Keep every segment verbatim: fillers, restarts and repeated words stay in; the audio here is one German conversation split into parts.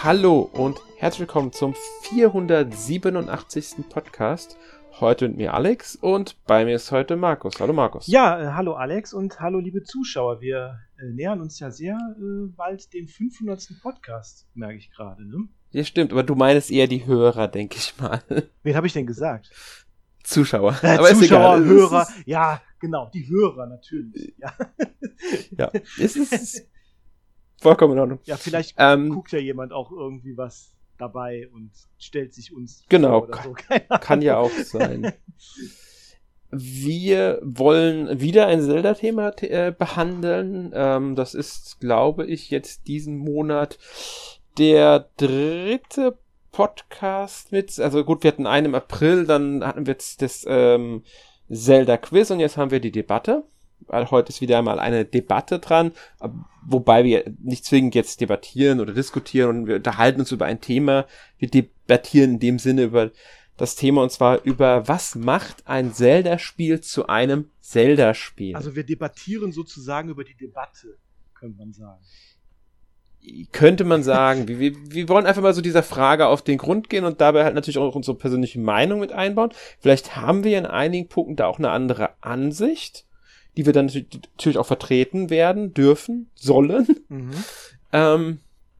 Hallo und herzlich willkommen zum vierhundertsiebenundachtzigsten Podcast. Heute mit mir Alex und bei mir ist heute Markus. Hallo Markus. Ja, äh, hallo Alex und hallo liebe Zuschauer. Wir äh, nähern uns ja sehr äh, bald dem fünfhundertsten Podcast, merke ich gerade, ne? Ja, stimmt, aber du meinst eher die Hörer, denke ich mal. Wen habe ich denn gesagt? Zuschauer. Äh, aber Zuschauer, ist egal. Hörer, ja, genau, die Hörer natürlich. Ja, ja. Es ist vollkommen in Ordnung. ja vielleicht ähm, guckt ja jemand auch irgendwie was dabei und stellt sich uns genau, vor oder so. Keine kann ja auch sein. Wir wollen wieder ein Zelda-Thema äh, behandeln. Ähm, das ist, glaube ich, jetzt diesen Monat der dritte Podcast mit, also gut, wir hatten einen im April, dann hatten wir jetzt das ähm, Zelda-Quiz und jetzt haben wir die Debatte. Weil heute ist wieder einmal eine Debatte dran, wobei wir nicht zwingend jetzt debattieren oder diskutieren und wir unterhalten uns über ein Thema. Wir debattieren in dem Sinne über das Thema und zwar über, was macht ein Zelda-Spiel zu einem Zelda-Spiel? Also wir debattieren sozusagen über die Debatte, könnte man sagen. Könnte man sagen. wir, wir, wir wollen einfach mal so dieser Frage auf den Grund gehen und dabei halt natürlich auch unsere persönliche Meinung mit einbauen. Vielleicht haben wir in einigen Punkten da auch eine andere Ansicht, die wir dann natürlich auch vertreten werden, dürfen, sollen. Mhm. Ähm,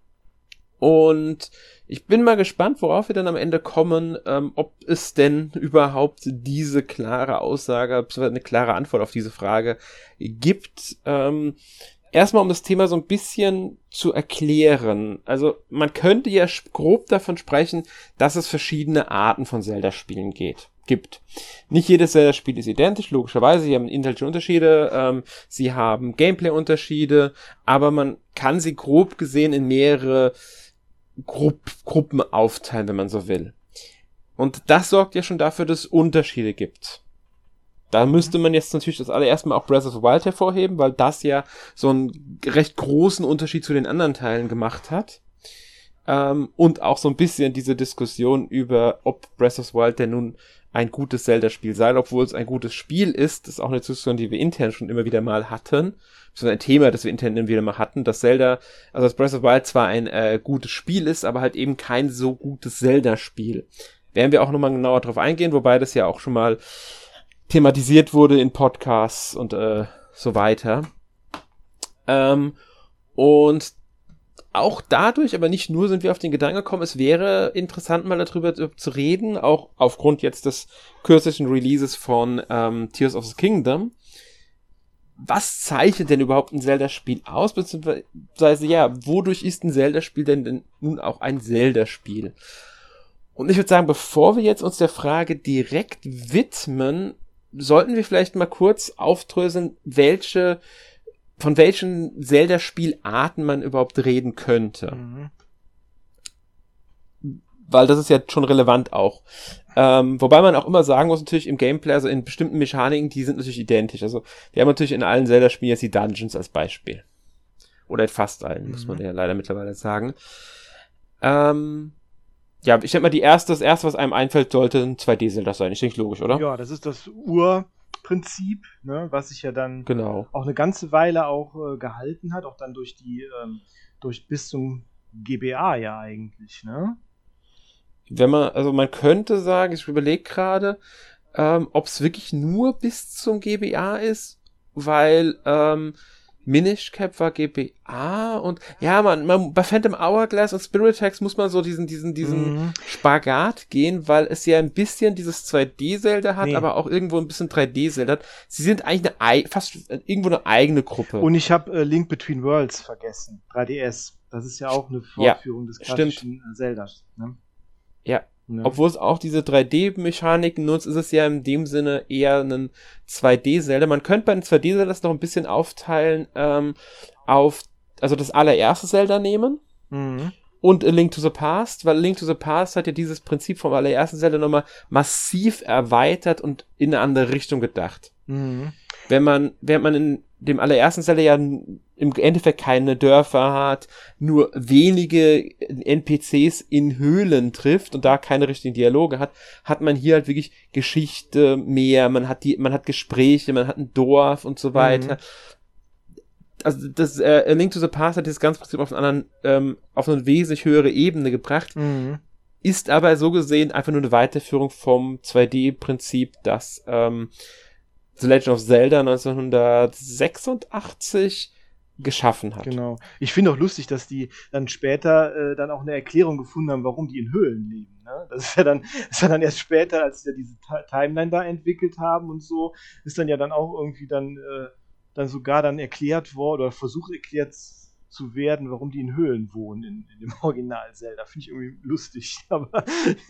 und ich bin mal gespannt, worauf wir dann am Ende kommen, ähm, ob es denn überhaupt diese klare Aussage, eine klare Antwort auf diese Frage gibt. Ähm, erstmal, um das Thema so ein bisschen zu erklären. Also man könnte ja grob davon sprechen, dass es verschiedene Arten von Zelda-Spielen geht. gibt. Nicht jedes Zelda-Spiel ist identisch, logischerweise. Sie haben inhaltliche Unterschiede, ähm, sie haben Gameplay-Unterschiede, aber man kann sie grob gesehen in mehrere Gru- Gruppen aufteilen, wenn man so will. Und das sorgt ja schon dafür, dass es Unterschiede gibt. Da müsste man jetzt natürlich das allererste Mal auch Breath of the Wild hervorheben, weil das ja so einen recht großen Unterschied zu den anderen Teilen gemacht hat. Ähm, und auch so ein bisschen diese Diskussion über, ob Breath of the Wild denn nun ein gutes Zelda-Spiel sei, obwohl es ein gutes Spiel ist. Das ist auch eine Diskussion, die wir intern schon immer wieder mal hatten. Das ist ein Thema, das wir intern immer wieder mal hatten, dass Zelda, also dass Breath of the Wild zwar ein äh, gutes Spiel ist, aber halt eben kein so gutes Zelda-Spiel. Werden wir auch nochmal genauer drauf eingehen, wobei das ja auch schon mal thematisiert wurde in Podcasts und äh, so weiter. Ähm, und auch dadurch, aber nicht nur, sind wir auf den Gedanken gekommen, es wäre interessant, mal darüber zu reden, auch aufgrund jetzt des kürzlichen Releases von ähm, Tears of the Kingdom. Was zeichnet denn überhaupt ein Zelda-Spiel aus? Beziehungsweise, ja, wodurch ist ein Zelda-Spiel denn, denn nun auch ein Zelda-Spiel? Und ich würde sagen, bevor wir jetzt uns der Frage direkt widmen, sollten wir vielleicht mal kurz aufdröseln, welche von welchen Zelda-Spielarten man überhaupt reden könnte. Mhm. Weil das ist ja schon relevant auch. Ähm, wobei man auch immer sagen muss, natürlich im Gameplay, also in bestimmten Mechaniken, die sind natürlich identisch. Also wir haben natürlich in allen Zelda-Spielen jetzt die Dungeons als Beispiel. Oder in fast allen, mhm. muss man ja leider mittlerweile sagen. Ähm, ja, ich denke mal, die erste, das erste, was einem einfällt, sollte ein zwei D-Zelda sein. Ich denke, logisch, oder? Ja, das ist das Ur- Prinzip, ne, was sich ja dann genau. auch eine ganze Weile auch äh, gehalten hat, auch dann durch die, ähm, durch bis zum G B A ja eigentlich, ne? Wenn man, also man könnte sagen, ich überlege gerade, ähm, ob es wirklich nur bis zum G B A ist, weil ähm, Minish Cap war G B A und ja, man, man bei Phantom Hourglass und Spirit Tracks muss man so diesen diesen diesen mhm. Spagat gehen, weil es ja ein bisschen dieses zwei D-Zelda hat, nee. aber auch irgendwo ein bisschen drei D-Zelda hat. Sie sind eigentlich eine fast irgendwo eine eigene Gruppe. Und ich habe äh, Link Between Worlds vergessen, drei D S. Das ist ja auch eine Fortführung ja, des klassischen stimmt. Zeldas. Ne? Ja. Ja. Obwohl es auch diese drei D-Mechaniken nutzt, ist es ja in dem Sinne eher ein zwei D-Zelda. Man könnte bei den zwei D-Zelda das noch ein bisschen aufteilen ähm, auf, also das allererste Zelda nehmen mhm. und A Link to the Past, weil A Link to the Past hat ja dieses Prinzip vom allerersten Zelda nochmal massiv erweitert und in eine andere Richtung gedacht. Mhm. Wenn man, während man in dem allerersten Zelda ja im Endeffekt keine Dörfer hat, nur wenige N P Cs in Höhlen trifft und da keine richtigen Dialoge hat, hat man hier halt wirklich Geschichte mehr, man hat die, man hat Gespräche, man hat ein Dorf und so weiter. Mhm. also das äh, A Link to the Past hat dieses ganze Prinzip auf einen anderen, ähm, auf eine wesentlich höhere Ebene gebracht, Mhm. ist aber so gesehen einfach nur eine Weiterführung vom zwei D-Prinzip, das ähm, The Legend of Zelda neunzehnhundertsechsundachtzig geschaffen hat. Genau. Ich finde auch lustig, dass die dann später äh, dann auch eine Erklärung gefunden haben, warum die in Höhlen leben. Ne? Das ist ja dann, das ist ja dann erst später, als sie ja diese Ti- Timeline da entwickelt haben und so, ist dann ja dann auch irgendwie dann, äh, dann sogar dann erklärt worden oder versucht erklärt zu werden, warum die in Höhlen wohnen in, in dem Original Zelda. Finde ich irgendwie lustig. Aber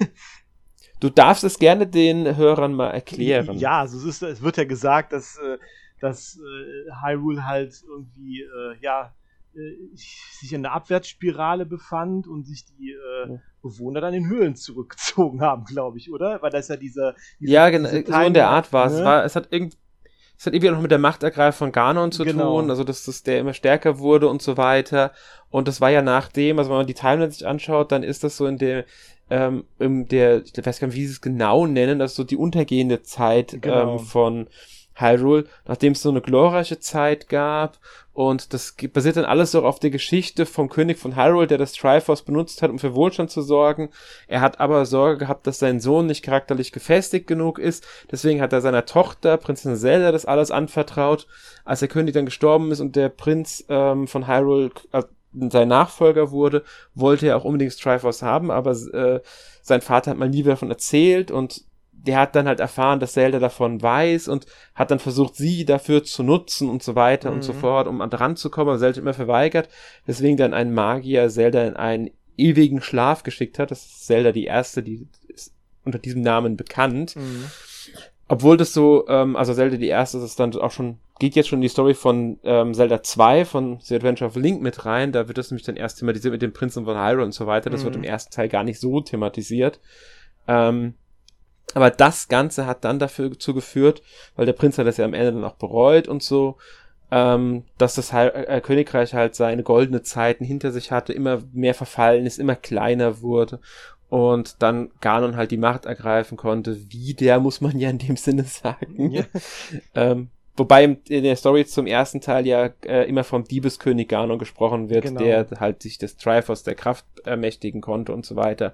Du darfst es gerne den Hörern mal erklären. ja, also es, ist, es wird ja gesagt, dass, äh, dass äh, Hyrule halt irgendwie äh, ja, äh, sich in einer Abwärtsspirale befand und sich die äh, Ja. Bewohner dann in Höhlen zurückgezogen haben, glaube ich, oder? Weil das ja dieser diese, Ja, genau, diese so in der Timeline, Art war es. ne? Es war, es hat irgendwie, es hat irgendwie auch noch mit der Machtergreifung von Ganon zu Genau. tun, also dass das der immer stärker wurde und so weiter. Und das war ja nachdem, also wenn man die Timeline sich anschaut, dann ist das so in der, ähm, in der, ich weiß gar nicht, wie sie es genau nennen, das ist so die untergehende Zeit Genau. ähm, von Hyrule, nachdem es so eine glorreiche Zeit gab. Und das ge- basiert dann alles so auf der Geschichte vom König von Hyrule, der das Triforce benutzt hat, um für Wohlstand zu sorgen. Er hat aber Sorge gehabt, dass sein Sohn nicht charakterlich gefestigt genug ist. Deswegen hat er seiner Tochter, Prinzessin Zelda, das alles anvertraut. Als der König dann gestorben ist und der Prinz ähm, von Hyrule äh, sein Nachfolger wurde, wollte er auch unbedingt das Triforce haben, aber äh, sein Vater hat mal nie davon erzählt und der hat dann halt erfahren, dass Zelda davon weiß und hat dann versucht, sie dafür zu nutzen und so weiter Mhm. und so fort, um an dran zu kommen, aber Zelda immer verweigert, deswegen dann ein Magier Zelda in einen ewigen Schlaf geschickt hat. Das ist Zelda die erste, die ist unter diesem Namen bekannt. Mhm. Obwohl das so, ähm, also Zelda die erste, das ist dann auch schon, geht jetzt schon in die Story von ähm, Zelda zwei, von The Adventure of Link mit rein, da wird das nämlich dann erst thematisiert mit dem Prinzen von Hyrule und so weiter, das Mhm. wird im ersten Teil gar nicht so thematisiert. Ähm, aber das Ganze hat dann dafür dazu geführt, weil der Prinz hat das ja am Ende dann auch bereut und so, ähm, dass das Hy- äh, Königreich halt seine goldene Zeiten hinter sich hatte, immer mehr verfallen ist, immer kleiner wurde und dann Ganon halt die Macht ergreifen konnte. Wie der, muss man ja in dem Sinne sagen. Ja. ähm, wobei in der Story zum ersten Teil ja äh, immer vom Diebeskönig Ganon gesprochen wird, Genau. der halt sich des Triforce der Kraft ermächtigen konnte und so weiter.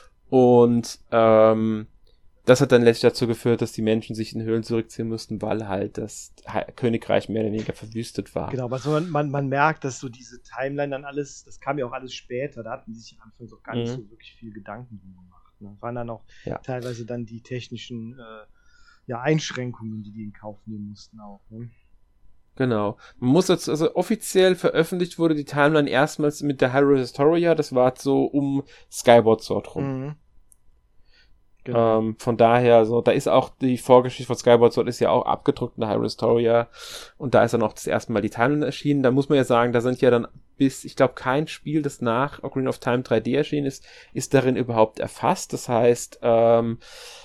Und ähm, das hat dann letztlich dazu geführt, dass die Menschen sich in Höhlen zurückziehen mussten, weil halt das He- Königreich mehr oder weniger verwüstet war. Genau, aber so man, man, man merkt, dass so diese Timeline dann alles, das kam ja auch alles später, da hatten die sich am Anfang auch gar nicht Mhm. so wirklich viel Gedanken drum gemacht. Ne? Waren dann auch Ja. teilweise dann die technischen äh, ja, Einschränkungen, die die in Kauf nehmen mussten auch. Ne? Genau. Man muss jetzt, also offiziell veröffentlicht wurde die Timeline erstmals mit der Hyrule Historia, das war so um Skyward Sword rum. Mhm. Genau. Ähm, von daher, so, da ist auch die Vorgeschichte von Skyward Sword ist ja auch abgedruckt in der Hyrule Historia und da ist dann auch das erste Mal die Timeline erschienen. Da muss man ja sagen, da sind ja dann bis, ich glaube, kein Spiel, das nach Ocarina of Time drei D erschienen ist, ist darin überhaupt erfasst. Das heißt, ähm,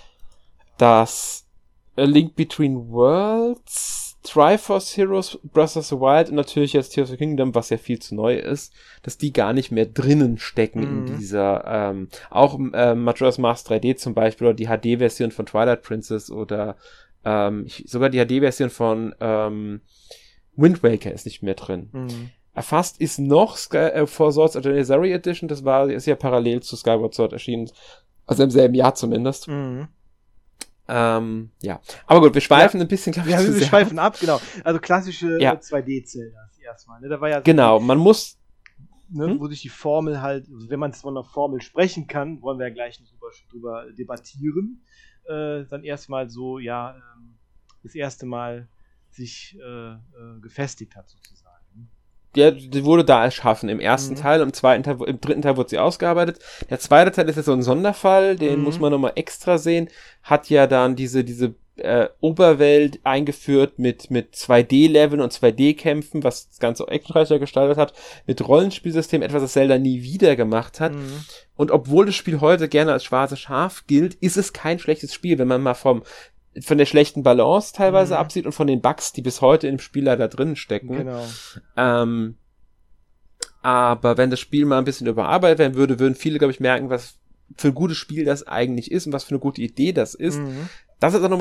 das A Link Between Worlds, Triforce Heroes, Breath of the Wild und natürlich jetzt Tears of the Kingdom, was ja viel zu neu ist, dass die gar nicht mehr drinnen stecken Mhm. in dieser, ähm, auch ähm, Majora's Mask drei D zum Beispiel oder die H D-Version von Twilight Princess oder ähm, ich, sogar die H D-Version von ähm, Wind Waker ist nicht mehr drin. Mhm. Erfasst ist noch Sky, äh, Four Swords Adversary Edition, das war, ist ja parallel zu Skyward Sword erschienen, also im selben Jahr zumindest. Mhm. Ähm, ja. Aber gut, wir schweifen ein bisschen, glaube ich, Ja, zu wir sehr schweifen ab, genau. Also klassische Ja. äh, zwei D-Zeldas erstmal. Ne? Da war ja so Genau, man muss, die, ne, Hm? wo sich die Formel halt, also wenn man es von einer Formel sprechen kann, wollen wir ja gleich noch drüber, drüber debattieren, äh, dann erstmal so, ja, ähm, das erste Mal sich äh, äh, gefestigt hat sozusagen. ja, die wurde da erschaffen im ersten Mhm. Teil, im zweiten Teil, im dritten Teil wurde sie ausgearbeitet. Der zweite Teil ist ja so ein Sonderfall, den Mhm. muss man nochmal extra sehen, hat ja dann diese, diese äh, Oberwelt eingeführt mit, mit zwei D-Leveln und zwei D-Kämpfen, was das Ganze auch actionreicher gestaltet hat, mit Rollenspielsystem, etwas, das Zelda nie wieder gemacht hat. Mhm. Und obwohl das Spiel heute gerne als schwarzes Schaf gilt, ist es kein schlechtes Spiel, wenn man mal vom von der schlechten Balance teilweise Mhm. absieht und von den Bugs, die bis heute im Spiel leider drin stecken. Genau. Ähm, aber wenn das Spiel mal ein bisschen überarbeitet werden würde, würden viele, glaube ich, merken, was für ein gutes Spiel das eigentlich ist und was für eine gute Idee das ist. Mhm. Das ist auch nochmal so ein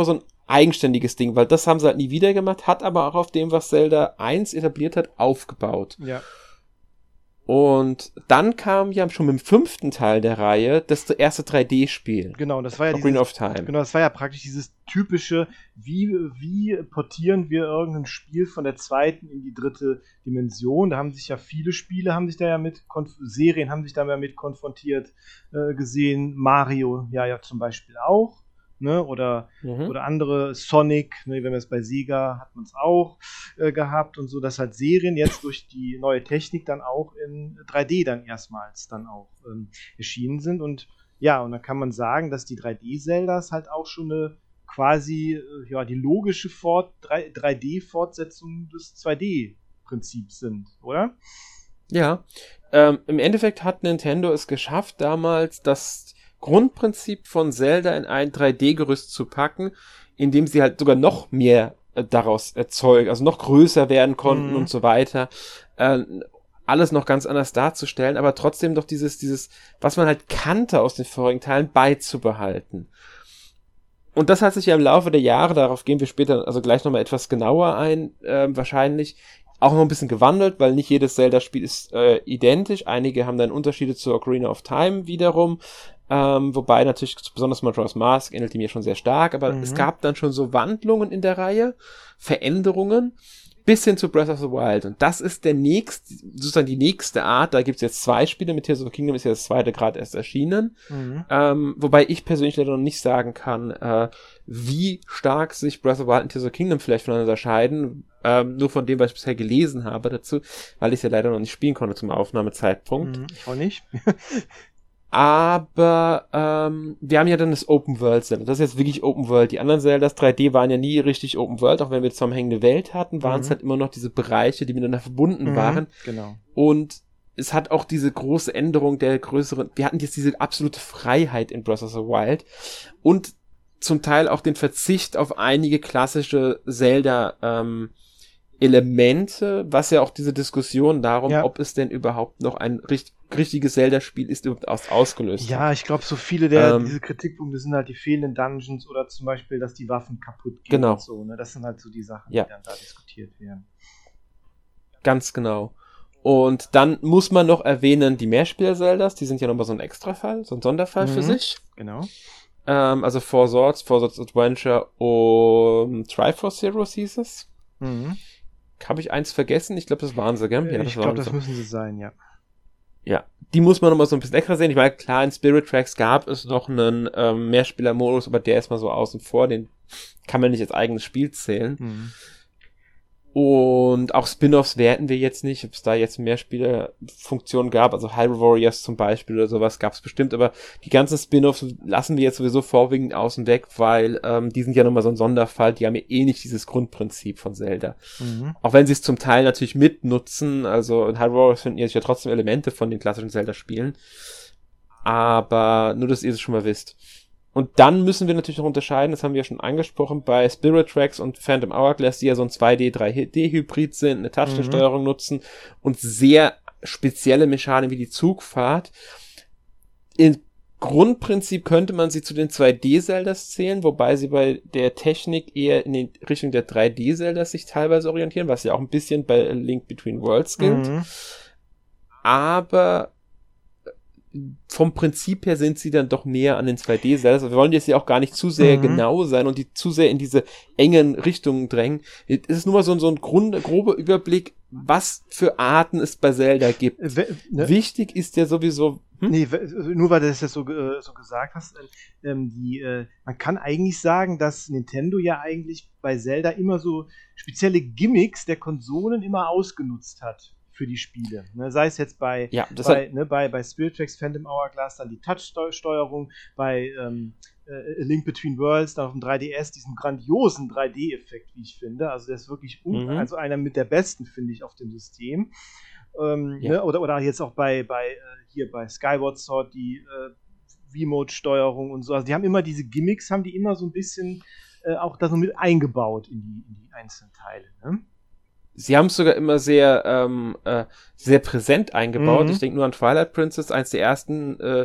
eigenständiges Ding, weil das haben sie halt nie wieder gemacht, hat aber auch auf dem, was Zelda eins etabliert hat, aufgebaut. Ja. Und dann kam ja schon mit dem fünften Teil der Reihe das erste drei D-Spiel. Genau, das war ja Ocarina dieses, of Time. Genau, das war ja praktisch dieses typische, wie, wie portieren wir irgendein Spiel von der zweiten in die dritte Dimension. Da haben sich ja viele Spiele, haben sich da ja mit, konf- Serien haben sich da ja mit konfrontiert äh, gesehen. Mario ja ja zum Beispiel auch. Ne, oder, Mhm. oder andere, Sonic, ne, wenn man es bei Sega hat man es auch äh, gehabt und so, dass halt Serien jetzt durch die neue Technik dann auch in drei D dann erstmals dann auch ähm, erschienen sind und ja, und dann kann man sagen, dass die drei D-Zeldas halt auch schon eine quasi, äh, ja, die logische Fort- drei D-Fortsetzung des zwei D-Prinzips sind, oder? Ja, ähm, im Endeffekt hat Nintendo es geschafft, damals das Grundprinzip von Zelda in ein drei D-Gerüst zu packen, indem sie halt sogar noch mehr äh, daraus erzeugen, also noch größer werden konnten Mhm. und so weiter. Äh, alles noch ganz anders darzustellen, aber trotzdem doch dieses, dieses, was man halt kannte aus den vorigen Teilen, beizubehalten. Und das hat sich ja im Laufe der Jahre, darauf gehen wir später also gleich nochmal etwas genauer ein, äh, wahrscheinlich, auch noch ein bisschen gewandelt, weil nicht jedes Zelda-Spiel ist äh, identisch. Einige haben dann Unterschiede zu Ocarina of Time wiederum, ähm, wobei natürlich besonders Majora's Mask ähnelt mir schon sehr stark, aber Mhm. es gab dann schon so Wandlungen in der Reihe, Veränderungen, bis hin zu Breath of the Wild. Und das ist der nächste, sozusagen die nächste Art. Da gibt's jetzt zwei Spiele, mit Tears of the Kingdom ist ja das zweite gerade erst erschienen. Mhm. Ähm, wobei ich persönlich leider noch nicht sagen kann, äh, wie stark sich Breath of the Wild und Tears of the Kingdom vielleicht voneinander unterscheiden. Ähm, nur von dem, was ich bisher gelesen habe dazu, weil ich es ja leider noch nicht spielen konnte zum Aufnahmezeitpunkt. Mhm. Ich auch nicht. Aber ähm, wir haben ja dann das Open World Zelda. Das ist jetzt wirklich Open World. Die anderen Zeldas drei D waren ja nie richtig Open World, auch wenn wir zusammenhängende Welt hatten, waren es Mhm. halt immer noch diese Bereiche, die miteinander verbunden Mhm. waren. Genau. Und es hat auch diese große Änderung der größeren, wir hatten jetzt diese absolute Freiheit in Breath of the Wild und zum Teil auch den Verzicht auf einige klassische Zelda ähm, Elemente, was ja auch diese Diskussion darum, Ja. ob es denn überhaupt noch ein richt- richtiges Zelda-Spiel ist, überhaupt aus ausgelöst hat. Ja, ich glaube, so viele der Ähm, diese Kritikpunkte sind halt die fehlenden Dungeons oder zum Beispiel, dass die Waffen kaputt gehen Genau. und so. Ne? Das sind halt so die Sachen, Ja. die dann da diskutiert werden. Ganz genau. Und dann muss man noch erwähnen, die Mehrspieler-Zeldas, die sind ja nochmal so ein Extrafall, so ein Sonderfall für Mhm. sich. Genau. Ähm, also Four Swords, Four Swords Adventure und Triforce Heroes hieß es. Mhm. Habe ich eins vergessen? Ich glaube, das waren sie, gell? Äh, Ja, ich waren glaube, das sie. müssen sie sein, ja. Ja, die muss man nochmal so ein bisschen extra sehen. Ich meine, klar, in Spirit Tracks gab es noch einen ähm, Mehrspieler-Modus, aber der ist mal so außen vor, den kann man nicht als eigenes Spiel zählen. Mhm. Und auch Spin-Offs werten wir jetzt nicht, ob es da jetzt mehr Spielerfunktionen gab, also Hyrule Warriors zum Beispiel oder sowas gab es bestimmt, aber die ganzen Spin-Offs lassen wir jetzt sowieso vorwiegend außen weg, weil ähm, die sind ja nochmal so ein Sonderfall, die haben ja eh nicht dieses Grundprinzip von Zelda. Mhm. Auch wenn sie es zum Teil natürlich mitnutzen, also in Hyrule Warriors finden jetzt ja trotzdem Elemente von den klassischen Zelda-Spielen, aber nur, dass ihr es schon mal wisst. Und dann müssen wir natürlich noch unterscheiden, das haben wir ja schon angesprochen, bei Spirit Tracks und Phantom Hourglass, die ja so ein zwei D, drei D-Hybrid sind, eine Tastensteuerung nutzen und sehr spezielle Mechaniken wie die Zugfahrt. Im Grundprinzip könnte man sie zu den zwei D-Zeldas zählen, wobei sie bei der Technik eher in die Richtung der drei D-Zeldas sich teilweise orientieren, was ja auch ein bisschen bei A Link Between Worlds gilt. Mhm. Aber vom Prinzip her sind sie dann doch näher an den zwei D-Zeldas. Wir wollen jetzt ja auch gar nicht zu sehr Mhm. genau sein und die zu sehr in diese engen Richtungen drängen. Es ist nur mal so, so ein Grund, grober Überblick, was für Arten es bei Zelda gibt. Äh, we- ne? Wichtig ist ja sowieso, hm? Nee, we- nur weil du das jetzt so, äh, so gesagt hast, äh, ähm, die, äh, man kann eigentlich sagen, dass Nintendo ja eigentlich bei Zelda immer so spezielle Gimmicks der Konsolen immer ausgenutzt hat für die Spiele. Ne? Sei es jetzt bei, Ja, das bei, hat, ne, bei, bei Spirit Tracks Phantom Hourglass dann die Touch-Steuerung, bei ähm, äh, A Link Between Worlds dann auf dem drei D S diesen grandiosen drei D-Effekt, wie ich finde. Also der ist wirklich un- Mhm. also einer mit der besten, finde ich, auf dem System. Ähm, Ja. ne? oder, oder jetzt auch bei, bei äh, hier bei Skyward Sword die äh, V-Mode-Steuerung und so. Also die haben immer diese Gimmicks, haben die immer so ein bisschen äh, auch da so mit eingebaut in die, in die einzelnen Teile. Ne? sie haben es sogar immer sehr, ähm, äh, sehr präsent eingebaut. Mhm. Ich denke nur an Twilight Princess, eins der ersten, äh,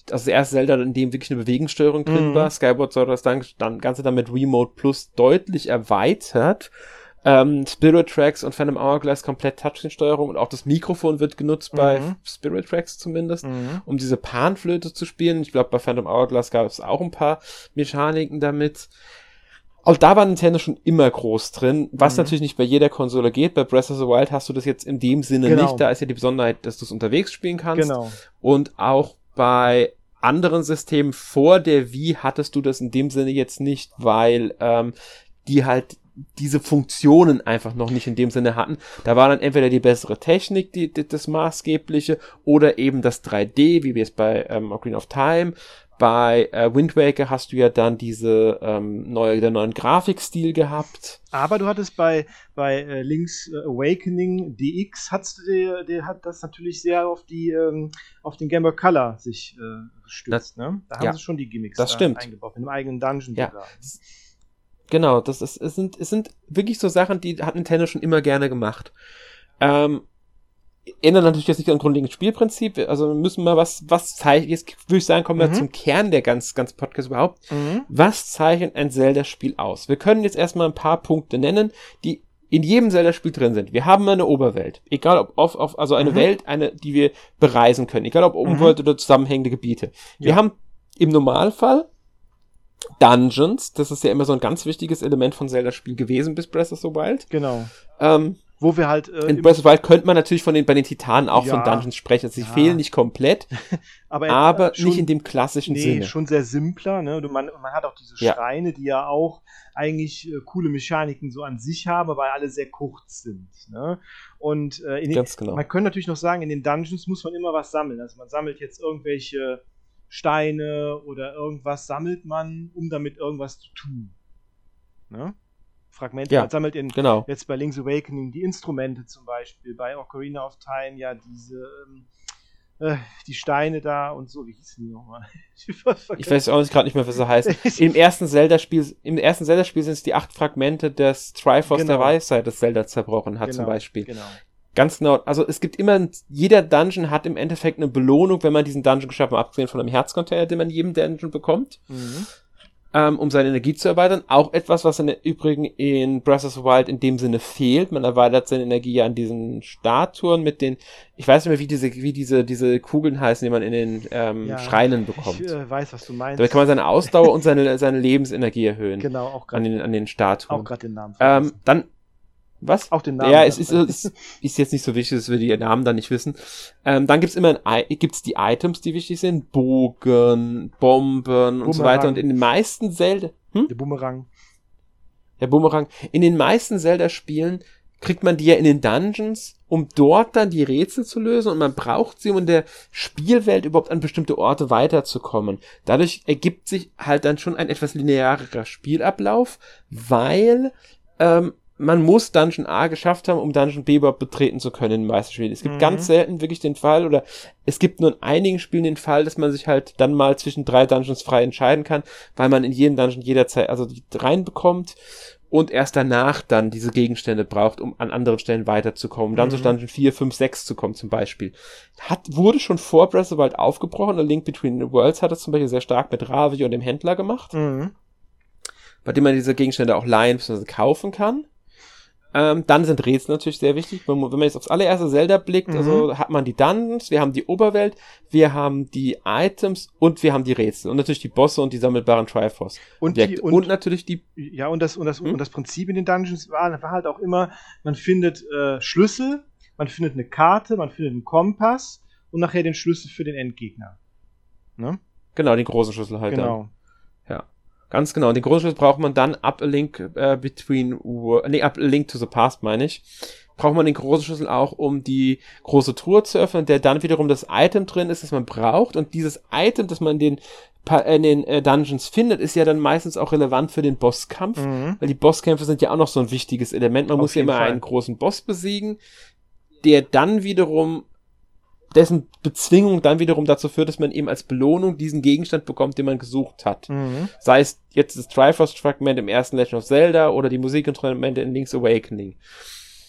also das erste Zelda, in dem wirklich eine Bewegungssteuerung drin Mhm. war. Skyward Sword das dann, dann Ganze dann mit Remote Plus deutlich erweitert. Ähm, Spirit Tracks und Phantom Hourglass komplett Touchscreen-Steuerung und auch das Mikrofon wird genutzt bei Mhm. Spirit Tracks zumindest, Mhm. um diese Panflöte zu spielen. Ich glaube, bei Phantom Hourglass gab es auch ein paar Mechaniken damit. Auch da war Nintendo schon immer groß drin, was Mhm. natürlich nicht bei jeder Konsole geht. Bei Breath of the Wild hast du das jetzt in dem Sinne Genau. nicht. Da ist ja die Besonderheit, dass du es unterwegs spielen kannst. Genau. Und auch bei anderen Systemen vor der Wii hattest du das in dem Sinne jetzt nicht, weil ähm, die halt diese Funktionen einfach noch nicht in dem Sinne hatten. Da war dann entweder die bessere Technik, die, die das Maßgebliche, oder eben das drei D, wie wir es bei ähm, Ocarina of Time. Bei äh, Wind Waker hast du ja dann diese ähm, neue, den neuen Grafikstil gehabt. Aber du hattest bei, bei äh, Link's Awakening D X, hat's, der, der hat das natürlich sehr auf die ähm, auf den Game Boy Color sich äh, gestützt. Ne? Da haben ja, sie schon die Gimmicks das da stimmt. eingebaut, mit einem eigenen Dungeon Ja. sogar. Genau, das ist, es sind, es sind wirklich so Sachen, die hat Nintendo schon immer gerne gemacht. Ähm, ändern natürlich jetzt nicht an grundlegendes Spielprinzip, also wir müssen mal was, was zeichnen, jetzt würde ich sagen, kommen wir Mhm. zum Kern der ganz, ganz Podcast überhaupt. Mhm. Was zeichnet ein Zelda-Spiel aus? Wir können jetzt erstmal ein paar Punkte nennen, die in jedem Zelda-Spiel drin sind. Wir haben eine Oberwelt, egal ob auf, auf also eine Mhm. Welt, eine, die wir bereisen können, egal ob Umwelt oder zusammenhängende Gebiete. Wir Ja. haben im Normalfall Dungeons, das ist ja immer so ein ganz wichtiges Element von Zelda-Spielen gewesen bis Breath of the Wild. Genau. Ähm, Wo wir halt. Äh, in im- Breath of the Wild könnte man natürlich von den, bei den Titanen auch Ja. von Dungeons sprechen. Sie Ja. fehlen nicht komplett, aber aber schon, nicht in dem klassischen nee, Sinne. schon sehr simpler. Ne? Du, man, man hat auch diese Ja. Schreine, die ja auch eigentlich äh, coole Mechaniken so an sich haben, aber alle sehr kurz sind. Ne? Und äh, in den, Ganz genau. man könnte natürlich noch sagen, in den Dungeons muss man immer was sammeln. Also man sammelt jetzt irgendwelche Steine oder irgendwas sammelt man, um damit irgendwas zu tun. Ne? Fragmente, Ja, man sammelt in, Genau. jetzt bei Link's Awakening die Instrumente zum Beispiel, bei Ocarina of Time ja diese, ähm, äh, die Steine da und so, wie hießen die nochmal? Ich weiß auch nicht gerade nicht mehr, was sie heißen. Im ersten Zelda-Spiel, im ersten Zelda-Spiel sind es die acht Fragmente des Triforce Genau. der Weisheit, das Zelda zerbrochen hat zum Genau, Beispiel. Genau. Ganz genau. Also es gibt immer, jeder Dungeon hat im Endeffekt eine Belohnung, wenn man diesen Dungeon geschafft hat, abgesehen von einem Herzcontainer, den man in jedem Dungeon bekommt, Mhm. ähm, um seine Energie zu erweitern. Auch etwas, was in der Übrigen in Breath of the Wild in dem Sinne fehlt. Man erweitert seine Energie ja an diesen Statuen mit den, ich weiß nicht mehr, wie diese, wie diese, diese Kugeln heißen, die man in den ähm, Ja, Schreinen bekommt. Ich äh, weiß, was du meinst. Damit kann man seine Ausdauer und seine, seine Lebensenergie erhöhen. genau, auch An gerade den, an den Statuen. auch gerade den Namen Ähm, vergessen. dann, was? Auch den Namen. Ja, es ist, ist, ist jetzt nicht so wichtig, dass wir die Namen dann nicht wissen. Ähm, dann gibt's immer ein, I- gibt's die Items, die wichtig sind. Bogen, Bomben und so Bumerang. weiter. Und in den meisten Zelda, hm? Der Boomerang. Der Bumerang. In den meisten Zelda-Spielen kriegt man die ja in den Dungeons, um dort dann die Rätsel zu lösen, und man braucht sie, um in der Spielwelt überhaupt an bestimmte Orte weiterzukommen. Dadurch ergibt sich halt dann schon ein etwas linearerer Spielablauf, weil ähm, man muss Dungeon A geschafft haben, um Dungeon B überhaupt betreten zu können in den meisten Spielen. Es gibt Mhm. ganz selten wirklich den Fall, oder es gibt nur in einigen Spielen den Fall, dass man sich halt dann mal zwischen drei Dungeons frei entscheiden kann, weil man in jeden Dungeon jederzeit also die reinbekommt und erst danach dann diese Gegenstände braucht, um an anderen Stellen weiterzukommen, um dann Mhm. zu Dungeon vier, fünf, sechs zu kommen zum Beispiel. Hat, wurde schon vor Breath of the Wild aufgebrochen. A Link Between the Worlds hat das zum Beispiel sehr stark mit Ravi und dem Händler gemacht, Mhm. bei dem man diese Gegenstände auch leihen bzw. kaufen kann. Ähm, dann sind Rätsel natürlich sehr wichtig. Wenn man wenn man jetzt aufs allererste Zelda blickt, Mhm. also hat man die Dungeons, wir haben die Oberwelt, wir haben die Items und wir haben die Rätsel. Und natürlich die Bosse und die sammelbaren Triforce. Und, die, Objekte. und, und natürlich die, ja, und das, und, das, Hm? und das Prinzip in den Dungeons war, war halt auch immer, man findet äh, Schlüssel, man findet eine Karte, man findet einen Kompass und nachher den Schlüssel für den Endgegner. Ne? genau, die großen Schlüssel halt dann. Genau. Ja, ganz genau. Den großen Schlüssel braucht man dann ab A Link äh, Between, Wor- nee, ab A Link to the Past, meine ich. Braucht man den großen Schlüssel auch, um die große Truhe zu öffnen, der dann wiederum das Item drin ist, das man braucht. Und dieses Item, das man in den, Pa- in den äh, Dungeons findet, ist ja dann meistens auch relevant für den Bosskampf. Mhm. Weil die Bosskämpfe sind ja auch noch so ein wichtiges Element. Man Auf muss ja jeden immer Fall. einen großen Boss besiegen, der dann wiederum, dessen Bezwingung dann wiederum dazu führt, dass man eben als Belohnung diesen Gegenstand bekommt, den man gesucht hat. Mhm. Sei es jetzt das Triforce-Fragment im ersten Legend of Zelda oder die Musikinstrumente in Link's Awakening.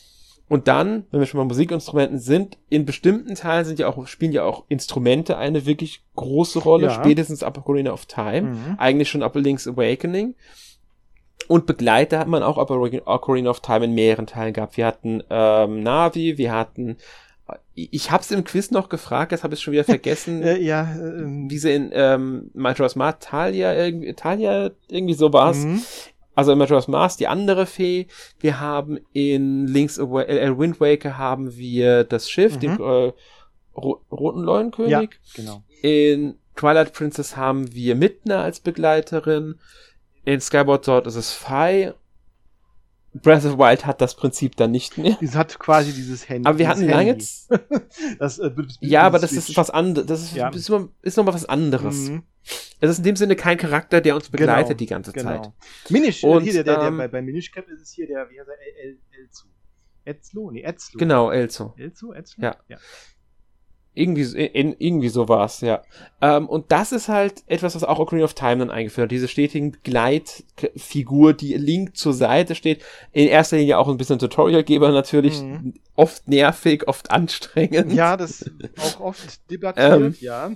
Und dann, wenn wir schon mal Musikinstrumenten sind, in bestimmten Teilen sind ja auch, spielen ja auch Instrumente eine wirklich große Rolle, Ja. spätestens ab Ocarina of Time, Mhm. eigentlich schon ab Link's Awakening. Und Begleiter hat man auch ab Ocarina of Time in mehreren Teilen gehabt. Wir hatten ähm, Navi, wir hatten, ich hab's im Quiz noch gefragt, jetzt habe ich schon wieder vergessen, Äh, ja, ähm, wie sie in ähm, Majora's Mask, Talia, irgendwie, Talia, irgendwie so war's. mhm. Also in Majora's Mask die andere Fee. Wir haben in Link's Awa- äh, Wind Waker haben wir das Schiff, Mhm. den äh, ro- roten Leuenkönig. Ja, genau. In Twilight Princess haben wir Midna als Begleiterin. In Skyward Sword ist es Faye. Breath of the Wild hat das Prinzip dann nicht mehr. Es hat quasi dieses Handy. Aber wir hatten dieses lange Handy. Z- das, äh, b- b- Ja, aber das Switch. ist was anderes. Das ist, Ja. ist, noch- ist nochmal was anderes. Mhm. Es ist in dem Sinne kein Charakter, der uns begleitet Genau, die ganze Zeit. Genau. Minish, Und, hier, der, der, der, ähm, bei, bei Minish Cap ist es hier der, wie heißt er, El, El, Elzu. Etzlo? Nee, Etzlo. Genau, Elzo. Elzu? Etzlo? Ja. ja. Irgendwie, so- in, irgendwie so war's, ja. Ähm, und das ist halt etwas, was auch Ocarina of Time dann eingeführt hat. Diese stetigen Begleitfigur, die Link zur Seite steht. In erster Linie auch ein bisschen Tutorialgeber natürlich. Mhm. Oft nervig, oft anstrengend. Ja, das auch oft debattiert, Ähm, ja.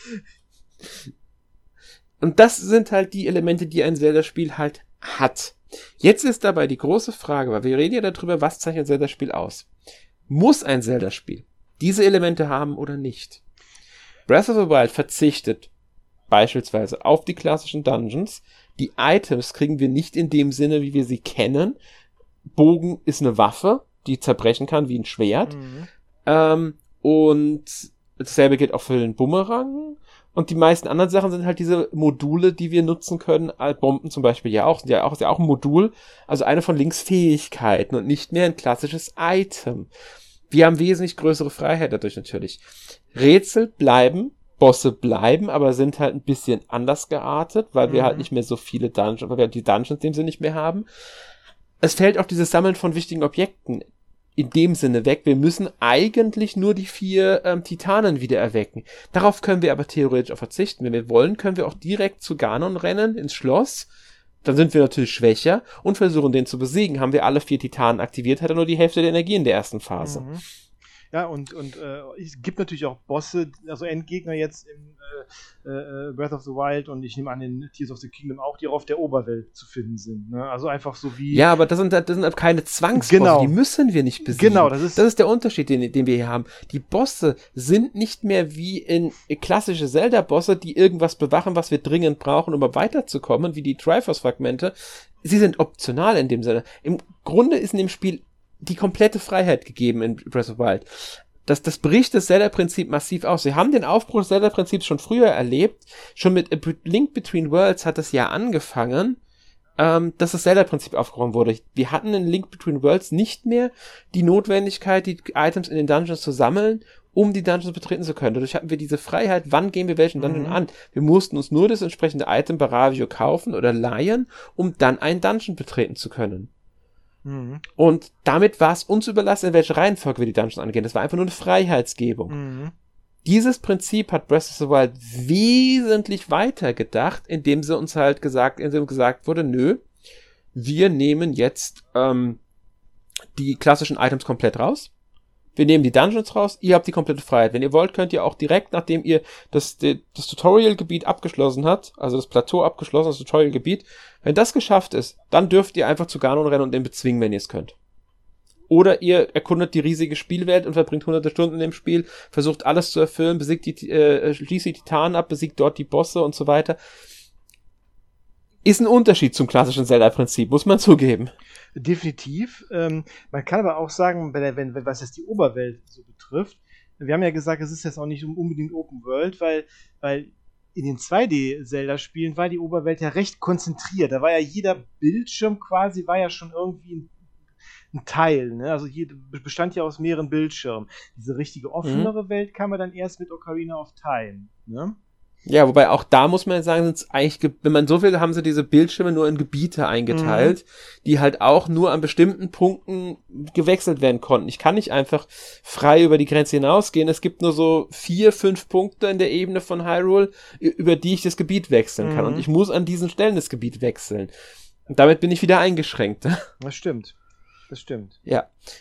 Und das sind halt die Elemente, die ein Zelda-Spiel halt hat. Jetzt ist dabei die große Frage, weil wir reden ja darüber, was zeichnet ein Zelda-Spiel aus? Muss ein Zelda-Spiel diese Elemente haben oder nicht? Breath of the Wild verzichtet beispielsweise auf die klassischen Dungeons. Die Items kriegen wir nicht in dem Sinne, wie wir sie kennen. Bogen ist eine Waffe, die zerbrechen kann wie ein Schwert. Mhm. Ähm, und dasselbe gilt auch für den Bumerang. Und die meisten anderen Sachen sind halt diese Module, die wir nutzen können. Äh, Bomben zum Beispiel ja auch, sind ja auch, ist ja auch ein Modul. Also eine von Links Fähigkeiten und nicht mehr ein klassisches Item. Wir haben wesentlich größere Freiheit dadurch natürlich. Rätsel bleiben, Bosse bleiben, aber sind halt ein bisschen anders geartet, weil wir Mhm. halt nicht mehr so viele Dungeons, weil wir die Dungeons in dem Sinne nicht mehr haben. Es fällt auch dieses Sammeln von wichtigen Objekten in dem Sinne weg. Wir müssen eigentlich nur die vier ähm, Titanen wieder erwecken. Darauf können wir aber theoretisch auch verzichten. Wenn wir wollen, können wir auch direkt zu Ganon rennen, ins Schloss. Dann sind wir natürlich schwächer und versuchen, den zu besiegen. Haben wir alle vier Titanen aktiviert, hat er nur die Hälfte der Energie in der ersten Phase. Mhm. Ja, und, und äh, es gibt natürlich auch Bosse, also Endgegner jetzt im äh, äh, Breath of the Wild und ich nehme an, in Tears of the Kingdom auch, die auch auf der Oberwelt zu finden sind. Ne? Also einfach so wie... Ja, aber das sind, das sind keine Zwangsbosse, Genau. die müssen wir nicht besiegen. Genau, das ist- das ist der Unterschied, den, den wir hier haben. Die Bosse sind nicht mehr wie in klassische Zelda-Bosse, die irgendwas bewachen, was wir dringend brauchen, um weiterzukommen, wie die Triforce-Fragmente. Sie sind optional in dem Sinne. Im Grunde ist in dem Spiel die komplette Freiheit gegeben in Breath of the Wild. Das, das bricht das Zelda-Prinzip massiv aus. Wir haben den Aufbruch des Zelda-Prinzips schon früher erlebt. Schon mit A Link Between Worlds hat das ja angefangen, ähm, dass das Zelda-Prinzip aufgeräumt wurde. Wir hatten in Link Between Worlds nicht mehr die Notwendigkeit, die Items in den Dungeons zu sammeln, um die Dungeons betreten zu können. Dadurch hatten wir diese Freiheit, wann gehen wir welchen Dungeon Mhm. an. Wir mussten uns nur das entsprechende Item bei Ravio kaufen oder leihen, um dann einen Dungeon betreten zu können. Mhm. Und damit war es uns überlassen, in welche Reihenfolge wir die Dungeons angehen. Das war einfach nur eine Freiheitsgebung. Mhm. Dieses Prinzip hat Breath of the Wild wesentlich weiter gedacht, indem sie uns halt gesagt, indem gesagt wurde, nö, wir nehmen jetzt ähm, die klassischen Items komplett raus. Wir nehmen die Dungeons raus, ihr habt die komplette Freiheit. Wenn ihr wollt, könnt ihr auch direkt, nachdem ihr das, das Tutorial-Gebiet abgeschlossen habt, also das Plateau abgeschlossen, das Tutorial-Gebiet, wenn das geschafft ist, dann dürft ihr einfach zu Ganon rennen und den bezwingen, wenn ihr es könnt. Oder ihr erkundet die riesige Spielwelt und verbringt hunderte Stunden in dem Spiel, versucht alles zu erfüllen, besiegt die, äh, schließt die Titanen ab, besiegt dort die Bosse und so weiter. Ist ein Unterschied zum klassischen Zelda-Prinzip, muss man zugeben. Definitiv. Ähm, man kann aber auch sagen, wenn, wenn, wenn, was jetzt die Oberwelt so betrifft, wir haben ja gesagt, es ist jetzt auch nicht unbedingt Open World, weil, weil in den zwei D-Zelda-Spielen war die Oberwelt ja recht konzentriert. Da war ja jeder Bildschirm quasi, war ja schon irgendwie ein, ein Teil. Ne? Also jede, bestand ja aus mehreren Bildschirmen. Diese richtige offenere mhm. Welt kam ja dann erst mit Ocarina of Time. Ne? Ja, wobei auch da muss man sagen, sind's eigentlich, wenn man so will, haben sie diese Bildschirme nur in Gebiete eingeteilt, mhm. die halt auch nur an bestimmten Punkten gewechselt werden konnten. Ich kann nicht einfach frei über die Grenze hinausgehen. Es gibt nur so vier, fünf Punkte in der Ebene von Hyrule, über die ich das Gebiet wechseln kann. Mhm. Und ich muss an diesen Stellen das Gebiet wechseln. Und damit bin ich wieder eingeschränkt. Das stimmt. Das stimmt. Ja.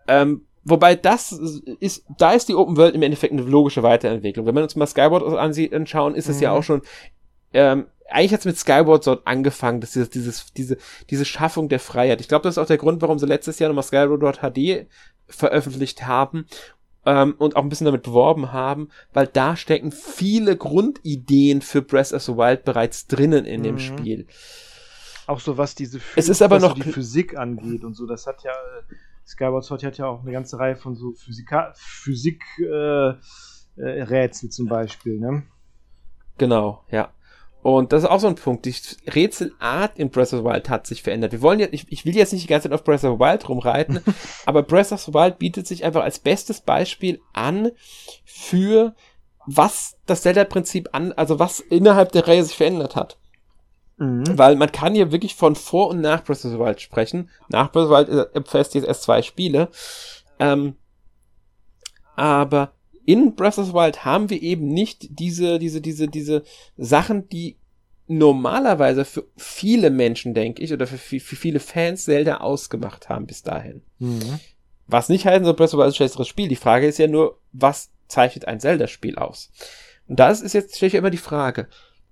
Ähm, wobei das ist, da ist die Open World im Endeffekt eine logische Weiterentwicklung. Wenn wir uns mal Skyward ansieht, anschauen, ist es mhm. ja auch schon, ähm, eigentlich hat es mit Skyward Sword angefangen, dass dieses, dieses, diese, diese Schaffung der Freiheit. Ich glaube, das ist auch der Grund, warum sie letztes Jahr nochmal Skyward Sword H D veröffentlicht haben, ähm, und auch ein bisschen damit beworben haben, weil da stecken viele Grundideen für Breath of the Wild bereits drinnen in mhm. dem Spiel. Auch so, was diese Ph- es ist aber was noch so die Physik angeht und so, das hat ja, Skyward Sword hat ja auch eine ganze Reihe von so Physika- Physik äh, äh, Rätsel zum Beispiel, ne? Genau, ja. Und das ist auch so ein Punkt. Die Rätselart in Breath of the Wild hat sich verändert. Wir wollen jetzt, ich, ich will jetzt nicht die ganze Zeit auf Breath of the Wild rumreiten, aber Breath of the Wild bietet sich einfach als bestes Beispiel an für was das Zelda-Prinzip an, also was innerhalb der Reihe sich verändert hat. Mhm. Weil man kann hier wirklich von vor und nach Breath of the Wild sprechen. Nach Breath of the Wild umfasst jetzt erst zwei Spiele. Ähm, aber in Breath of the Wild haben wir eben nicht diese, diese, diese, diese Sachen, die normalerweise für viele Menschen, denke ich, oder für, für viele Fans Zelda ausgemacht haben bis dahin. Mhm. Was nicht heißen soll, Breath of the Wild ist ein schlechteres Spiel. Die Frage ist ja nur, was zeichnet ein Zelda-Spiel aus? Und das ist jetzt, stelle ich immer die Frage,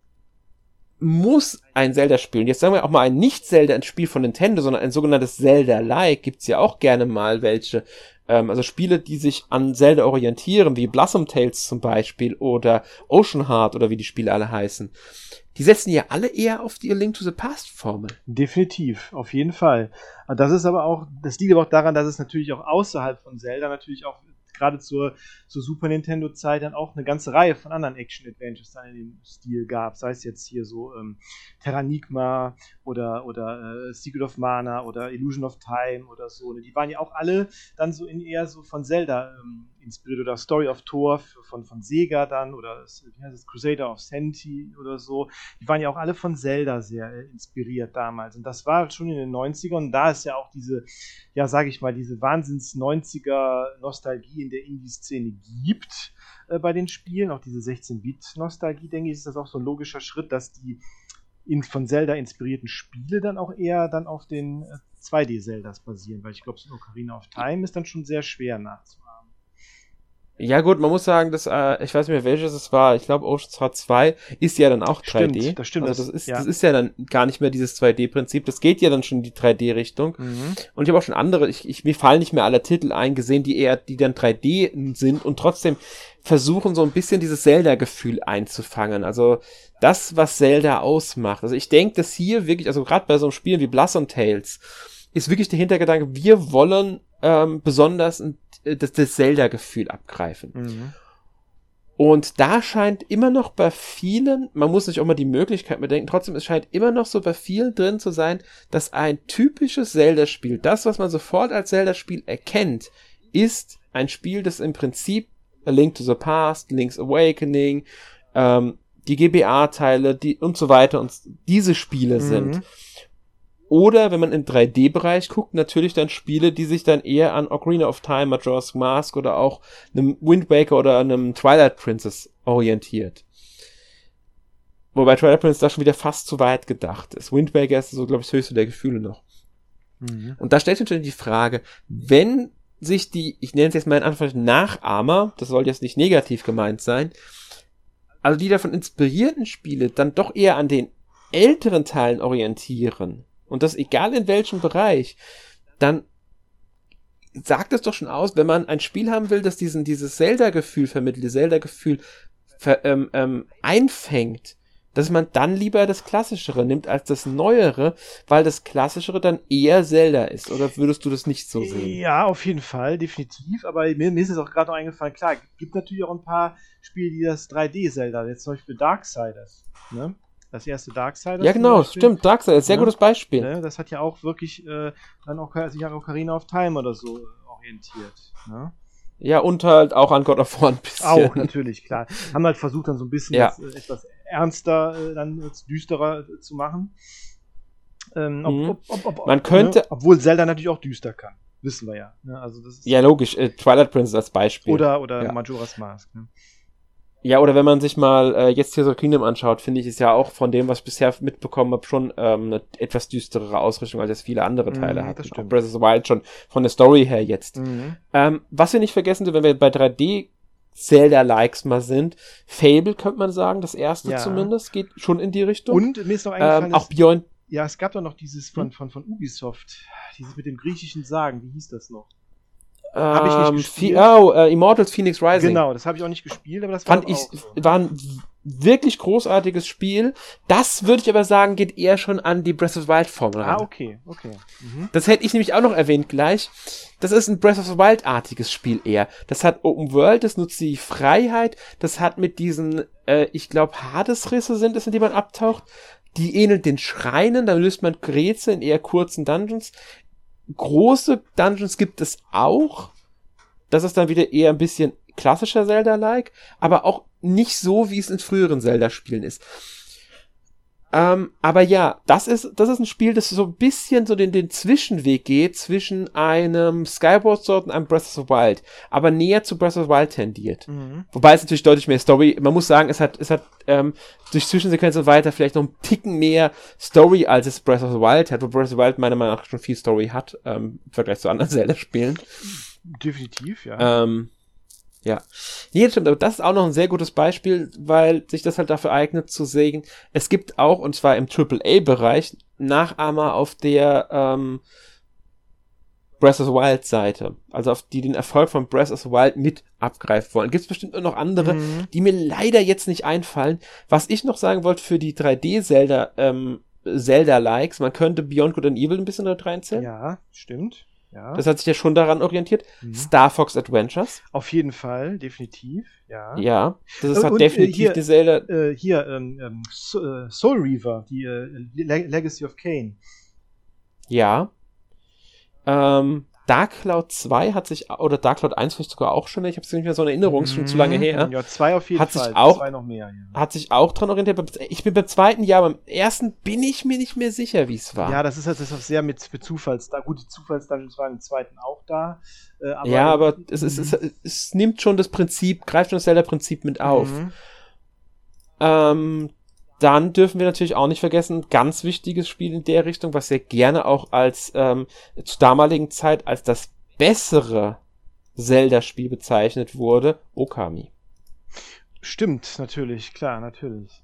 muss ein Zelda-Spiel, und jetzt sagen wir auch mal ein Nicht-Zelda, ein Spiel von Nintendo, sondern ein sogenanntes Zelda-like, gibt's ja auch gerne mal welche, ähm, also Spiele, die sich an Zelda orientieren, wie Blossom Tales zum Beispiel oder Ocean Heart oder wie die Spiele alle heißen. Die setzen ja alle eher auf die A Link to the Past-Formel. Definitiv, auf jeden Fall. Das ist aber auch, das liegt aber auch daran, dass es natürlich auch außerhalb von Zelda natürlich auch gerade zur, zur Super Nintendo-Zeit dann auch eine ganze Reihe von anderen Action-Adventures dann in dem Stil gab. Sei es jetzt hier so ähm, Terranigma oder, oder äh, Secret of Mana oder Illusion of Time oder so. Ne? Die waren ja auch alle dann so in eher so von Zelda ähm, inspiriert oder Story of Thor von, von Sega dann oder wie heißt es, Crusader of Senti oder so. Die waren ja auch alle von Zelda sehr äh, inspiriert damals. Und das war schon in den neunzigern und da ist ja auch diese, ja sag ich mal, diese Wahnsinns-neunziger-Nostalgie in der Indie-Szene gibt äh, bei den Spielen, auch diese sechzehn-Bit-Nostalgie, denke ich, ist das auch so ein logischer Schritt, dass die in, von Zelda inspirierten Spiele dann auch eher dann auf den äh, zwei D-Zeldas basieren, weil ich glaube, so Ocarina of Time ist dann schon sehr schwer nachzuahmen. Ja gut, man muss sagen, dass, äh, ich weiß nicht mehr welches es war, ich glaube Ocean's Heart zwei ist ja dann auch drei D. Stimmt, das stimmt. Also das, ist, ja. das ist ja dann gar nicht mehr dieses zwei D-Prinzip, das geht ja dann schon in die drei D-Richtung. Mhm. Und ich habe auch schon andere, ich, ich, mir fallen nicht mehr alle Titel ein, gesehen, die eher, die dann drei D sind und trotzdem versuchen so ein bisschen dieses Zelda-Gefühl einzufangen. Also das, was Zelda ausmacht. Also ich denke, dass hier wirklich, also gerade bei so einem Spiel wie Blossom Tales, ist wirklich der Hintergedanke, wir wollen ähm, besonders ein das, das Zelda-Gefühl abgreifen. Mhm. Und da scheint immer noch bei vielen, man muss sich auch mal die Möglichkeit bedenken, trotzdem, es scheint immer noch so bei vielen drin zu sein, dass ein typisches Zelda-Spiel, das, was man sofort als Zelda-Spiel erkennt, ist ein Spiel, das im Prinzip A Link to the Past, Link's Awakening, ähm, die G B A-Teile, die und so weiter und diese Spiele mhm. sind. Oder, wenn man im drei D-Bereich guckt, natürlich dann Spiele, die sich dann eher an Ocarina of Time, Majora's Mask oder auch einem Wind Waker oder einem Twilight Princess orientiert. Wobei Twilight Princess da schon wieder fast zu weit gedacht ist. Wind Waker ist so, glaube ich, das höchste der Gefühle noch. Mhm. Und da stellt sich natürlich die Frage, wenn sich die, ich nenne es jetzt mal in Anführungszeichen Nachahmer, das soll jetzt nicht negativ gemeint sein, also die davon inspirierten Spiele dann doch eher an den älteren Teilen orientieren, und das egal in welchem Bereich, dann sagt es doch schon aus, wenn man ein Spiel haben will, das diesen dieses Zelda-Gefühl vermittelt, dieses Zelda-Gefühl ver, ähm, ähm, einfängt, dass man dann lieber das Klassischere nimmt als das Neuere, weil das Klassischere dann eher Zelda ist. Oder würdest du das nicht so sehen? Ja, auf jeden Fall, definitiv. Aber mir, mir ist es auch gerade noch eingefallen, klar, es gibt natürlich auch ein paar Spiele, die das drei D-Zelda, jetzt zum Beispiel Darksiders, ne? Das erste Darksiders. Ja, genau, stimmt. Darksiders, sehr ja, gutes Beispiel. Ne, das hat ja auch wirklich äh, dann auch sich an Ocarina of Time oder so orientiert. Ne? Ja, und halt auch an God of War ein bisschen. Auch, natürlich, klar. Haben halt versucht, dann so ein bisschen ja. das, äh, etwas ernster, äh, dann äh, düsterer äh, zu machen. Ähm, ob, mhm. ob, ob, ob, Man könnte. Ne? Obwohl Zelda natürlich auch düster kann. Wissen wir ja. Ne? Also das ist ja, logisch. Äh, Twilight Princess als Beispiel. Oder, oder ja. Majora's Mask. Ne? Ja, oder wenn man sich mal äh, jetzt Tears of the Kingdom anschaut, finde ich, ist ja auch von dem, was ich bisher mitbekommen habe, schon ähm, eine etwas düsterere Ausrichtung, als es viele andere Teile Mhm, hatten. das Auch stimmt. Breath of the Wild schon von der Story her jetzt. Mhm. Ähm, was wir nicht vergessen dürfen, wenn wir bei drei D Zelda-Likes mal sind, Fable könnte man sagen, das erste Ja. zumindest, geht schon in die Richtung. Und mir ist noch eingefallen, ähm, auch dass- Beyond, ja, es gab doch noch dieses von, Hm? von, von Ubisoft, dieses mit dem griechischen Sagen, wie hieß das noch? Hab ich nicht ähm, gespielt. Phi- oh, äh, Immortals Phoenix Rising. Genau, das habe ich auch nicht gespielt, aber das war Fand doch ich, auch so. war ein w- wirklich großartiges Spiel. Das würde ich aber sagen, geht eher schon an die Breath of the Wild Formel ran. Ah, okay, okay. Mhm. Das hätte ich nämlich auch noch erwähnt gleich. Das ist ein Breath of the Wild-artiges Spiel eher. Das hat Open World, das nutzt die Freiheit, das hat mit diesen, äh, ich glaube, Hades-Risse sind es, in die man abtaucht. Die ähneln den Schreinen, da löst man Rätsel in eher kurzen Dungeons. Große Dungeons gibt es auch. Das ist dann wieder eher ein bisschen klassischer Zelda-like, aber auch nicht so, wie es in früheren Zelda-Spielen ist. Ähm, aber ja, das ist, das ist ein Spiel, das so ein bisschen so den, den Zwischenweg geht zwischen einem Skyward Sword und einem Breath of the Wild, aber näher zu Breath of the Wild tendiert. Mhm. Wobei es natürlich deutlich mehr Story, man muss sagen, es hat, es hat ähm, durch Zwischensequenzen und weiter vielleicht noch einen Ticken mehr Story, als es Breath of the Wild hat, wo Breath of the Wild meiner Meinung nach schon viel Story hat, ähm, im Vergleich zu anderen Zelda-Spielen. Definitiv, ja. Ähm, ja. Nee, das stimmt, aber das ist auch noch ein sehr gutes Beispiel, weil sich das halt dafür eignet zu sehen, es gibt auch, und zwar im Triple A-Bereich, Nachahmer auf der ähm, Breath of the Wild Seite. Also auf die den Erfolg von Breath of the Wild mit abgreifen wollen. Gibt es bestimmt auch noch andere, Mhm. die mir leider jetzt nicht einfallen. Was ich noch sagen wollte für die drei D-Zelda, ähm, Zelda-Likes, man könnte Beyond Good and Evil ein bisschen da reinzählen. Ja, stimmt. Ja. Das hat sich ja schon daran orientiert. Mhm. Star Fox Adventures. Auf jeden Fall, definitiv, ja. Ja, das ist Und, halt äh, definitiv hier- die Zelda. Äh, hier, ähm, ähm, So- äh, Soul Reaver, die äh, Le- Legacy of Kain. Ja. Ähm, Dark Cloud zwei hat sich, oder Dark Cloud eins vielleicht sogar auch schon, ich habe es nicht mehr so in Erinnerung, ist schon zu lange her. Ja, zwei auf jeden Hat sich Fall. auch- Zwei noch mehr, ja. Hat sich auch dran orientiert. Ich bin beim zweiten Jahr, beim ersten bin ich mir nicht mehr sicher, wie es war. Ja, das ist halt das ist sehr mit, mit Zufalls da. Gut, die Zufalls-Dungeons waren im zweiten auch da. Äh, aber ja, aber es, ist, es, es nimmt schon das Prinzip, greift schon das Zelda-Prinzip mit auf. Mhm. Ähm, dann dürfen wir natürlich auch nicht vergessen, ganz wichtiges Spiel in der Richtung, was sehr gerne auch als ähm, zur damaligen Zeit als das bessere Zelda-Spiel bezeichnet wurde, Okami. Stimmt, natürlich, klar, natürlich.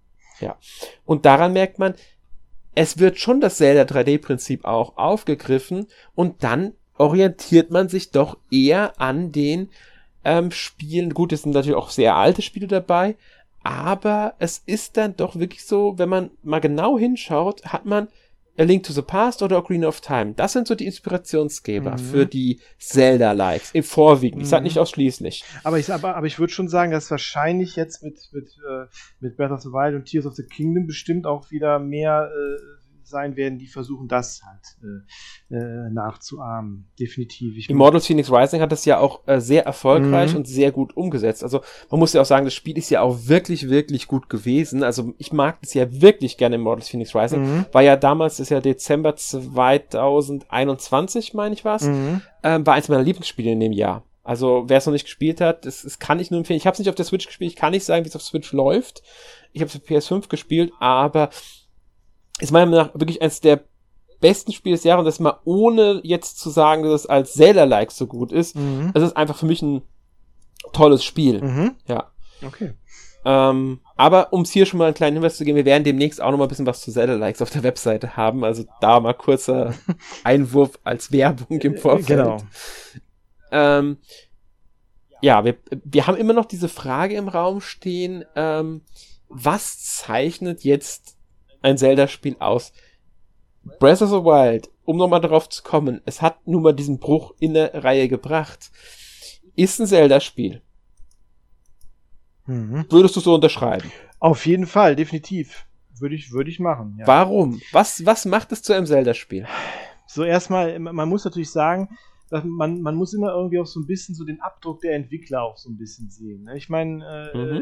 Und daran merkt man, es wird schon das Zelda drei D-Prinzip auch aufgegriffen und dann orientiert man sich doch eher an den ähm, Spielen. Gut, es sind natürlich auch sehr alte Spiele dabei, aber es ist dann doch wirklich so, wenn man mal genau hinschaut, hat man A Link to the Past oder Ocarina of Time. Das sind so die Inspirationsgeber Mhm. für die Zelda-Likes im Vorwiegend. Ich sag Mhm. nicht ausschließlich. Aber ich, aber, aber ich würde schon sagen, dass wahrscheinlich jetzt mit, mit, äh, mit Breath of the Wild und Tears of the Kingdom bestimmt auch wieder mehr äh, sein werden, die versuchen, das halt äh, äh, nachzuahmen. Definitiv. Ich Immortals Phoenix Rising hat das ja auch äh, sehr erfolgreich Mhm. und sehr gut umgesetzt. Also man muss ja auch sagen, das Spiel ist ja auch wirklich, wirklich gut gewesen. Also ich mag das ja wirklich gerne, Immortals Phoenix Rising. Mhm. War ja damals, das ist ja Dezember zweitausendeinundzwanzig, meine ich was, Mhm. ähm, war eins meiner Lieblingsspiele in dem Jahr. Also wer es noch nicht gespielt hat, das, das kann ich nur empfehlen. Ich habe es nicht auf der Switch gespielt, ich kann nicht sagen, wie es auf Switch läuft. Ich habe es auf P S fünf gespielt, aber ist meiner Meinung nach wirklich eines der besten Spiele des Jahres, und das mal ohne jetzt zu sagen, dass es als Zelda-like so gut ist. Mhm. Es ist einfach für mich ein tolles Spiel. Mhm. Ja. Okay. Ähm, aber um es hier schon mal einen kleinen Hinweis zu geben, wir werden demnächst auch noch mal ein bisschen was zu Zelda-Likes auf der Webseite haben. Also da mal kurzer Einwurf als Werbung im Vorfeld. Genau. Ähm, ja, wir, wir haben immer noch diese Frage im Raum stehen, ähm, was zeichnet jetzt ein Zelda-Spiel aus? Breath of the Wild, um nochmal darauf zu kommen, es hat nun mal diesen Bruch in der Reihe gebracht. Ist ein Zelda-Spiel. Mhm. Würdest du so unterschreiben? Auf jeden Fall, definitiv. Würde ich, würde ich machen. Ja. Warum? Was, was macht es zu einem Zelda-Spiel? So erstmal, man muss natürlich sagen, dass man, man muss immer irgendwie auch so ein bisschen so den Abdruck der Entwickler auch so ein bisschen sehen. Ne? Ich meine, äh, Mhm.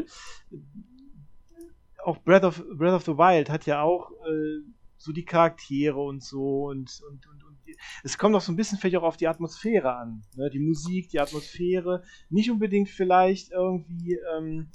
auch Breath of, Breath of the Wild hat ja auch äh, so die Charaktere und so und, und, und, und die, es kommt auch so ein bisschen vielleicht auch auf die Atmosphäre an. Ne? Die Musik, die Atmosphäre, nicht unbedingt vielleicht irgendwie ähm,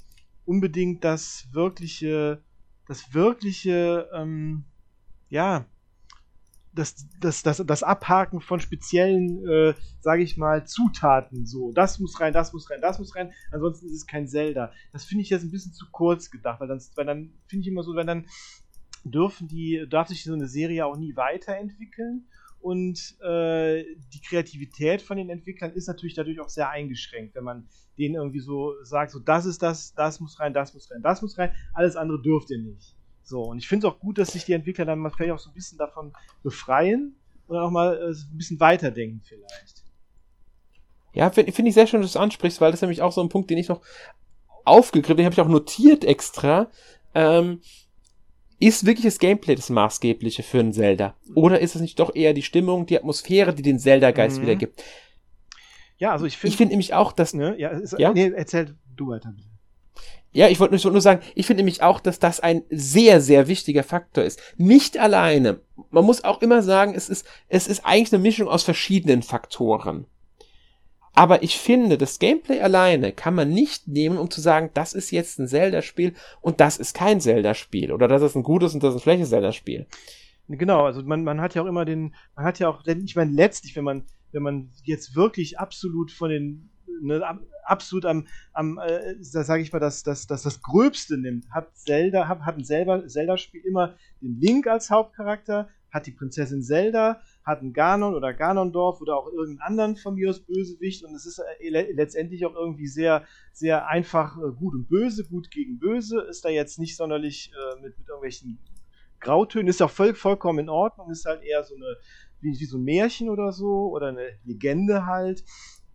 unbedingt das wirkliche, das wirkliche, ähm, ja, das, das, das, das Abhaken von speziellen, äh, sage ich mal, Zutaten. So, das muss rein, das muss rein, das muss rein. Ansonsten ist es kein Zelda. Das finde ich jetzt ein bisschen zu kurz gedacht, weil dann, weil dann finde ich immer so, wenn dann dürfen die, darf sich so eine Serie auch nie weiterentwickeln. Und äh, die Kreativität von den Entwicklern ist natürlich dadurch auch sehr eingeschränkt, wenn man denen irgendwie so sagt, so das ist das, das muss rein, das muss rein, das muss rein, alles andere dürft ihr nicht. So, und ich finde es auch gut, dass sich die Entwickler dann mal vielleicht auch so ein bisschen davon befreien und auch mal äh, ein bisschen weiterdenken vielleicht. Ja, finde find ich sehr schön, dass du das ansprichst, weil das ist nämlich auch so ein Punkt, den ich noch aufgegriffen, den habe ich auch notiert extra. Ähm, ist wirklich das Gameplay das Maßgebliche für ein Zelda? Oder ist es nicht doch eher die Stimmung, die Atmosphäre, die den Zelda-Geist mhm. wiedergibt? Ja, also ich finde... Ich finde nämlich auch, dass... Ne, ja, ist, ja? Nee, erzähl du weiter, bitte. Ja, ich wollte nur, nur sagen, ich finde nämlich auch, dass das ein sehr, sehr wichtiger Faktor ist. Nicht alleine. Man muss auch immer sagen, es ist, es ist eigentlich eine Mischung aus verschiedenen Faktoren. Aber ich finde, das Gameplay alleine kann man nicht nehmen, um zu sagen, das ist jetzt ein Zelda-Spiel und das ist kein Zelda-Spiel. Oder das ist ein gutes und das ist ein schlechtes Zelda-Spiel. Genau, also man, man hat ja auch immer den, man hat ja auch, ich meine, letztlich, wenn man, wenn man jetzt wirklich absolut von den, ne, absolut am, am äh, da sage ich mal, das, das, das, das Gröbste nimmt, hat Zelda, hat, hat ein selber Zelda-Spiel immer den Link als Hauptcharakter, hat die Prinzessin Zelda, hat einen Ganon oder Ganondorf oder auch irgendeinen anderen von mir aus Bösewicht und es ist äh, le- letztendlich auch irgendwie sehr, sehr einfach äh, gut und böse, gut gegen böse, ist da jetzt nicht sonderlich äh, mit, mit irgendwelchen Grautönen, ist auch voll, vollkommen in Ordnung, ist halt eher so eine, wie, wie so ein Märchen oder so, oder eine Legende halt.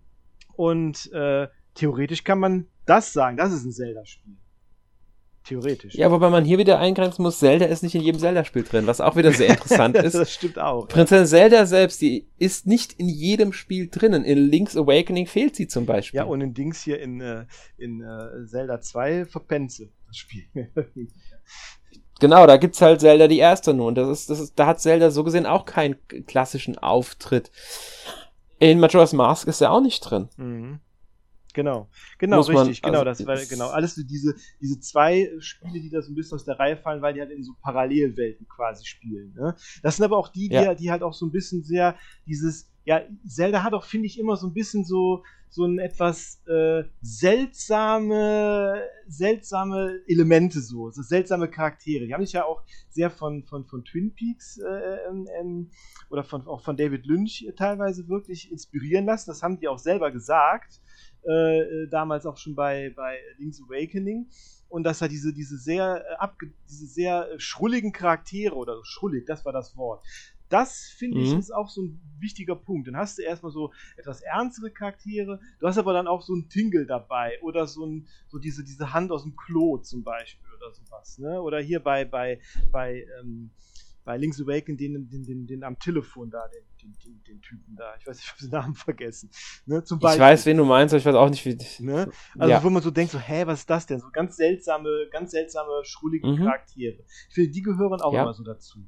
Und äh, theoretisch kann man das sagen, das ist ein Zelda-Spiel. Theoretisch. Ja, wobei man hier wieder eingrenzen muss, Zelda ist nicht in jedem Zelda-Spiel drin, was auch wieder sehr interessant ist. Das stimmt auch. Prinzessin Zelda selbst, die ist nicht in jedem Spiel drinnen. In Link's Awakening fehlt sie zum Beispiel. Ja, und in Dings hier in, äh, in äh, Zelda zwei verpennt sie das Spiel. Genau, da gibt's halt Zelda die erste nur. Und das ist, das ist, da hat Zelda so gesehen auch keinen klassischen Auftritt. In Majora's Mask ist er auch nicht drin. Mhm. Genau, genau, Muss man- richtig, genau, also das war, genau, alles so diese, diese zwei Spiele, die da so ein bisschen aus der Reihe fallen, weil die halt in so Parallelwelten quasi spielen, ne? Das sind aber auch die, die, Ja. die halt auch so ein bisschen sehr, dieses, ja, Zelda hat auch, finde ich, immer so ein bisschen so, so ein etwas äh, seltsame, seltsame Elemente so, so seltsame Charaktere. Die haben sich ja auch sehr von, von, von Twin Peaks äh, ähm, ähm, oder von, auch von David Lynch teilweise wirklich inspirieren lassen. Das haben die auch selber gesagt. Äh, damals auch schon bei, bei Link's Awakening. Und dass er diese, diese sehr äh, abge diese sehr äh, schrulligen Charaktere, oder so schrullig, das war das Wort. Das, finde ich, Mhm. ist auch so ein wichtiger Punkt. Dann hast du erstmal so etwas ernstere Charaktere, du hast aber dann auch so einen Tingle dabei oder so, ein, so diese, diese Hand aus dem Klo zum Beispiel oder sowas. Ne? Oder hier bei, bei, bei, ähm, bei Link's Awakening den, den, den, den am Telefon da, den, den, den, den Typen da. Ich weiß nicht, ich habe den Namen vergessen. Ne? Zum Ich Beispiel. weiß, wen du meinst, aber ich weiß auch nicht, wie... Ne? Also Ja. wo man so denkt, so, hä, was ist das denn? So ganz seltsame, ganz seltsame, schrullige Mhm. Charaktere. Ich finde, die gehören auch Ja. immer so dazu.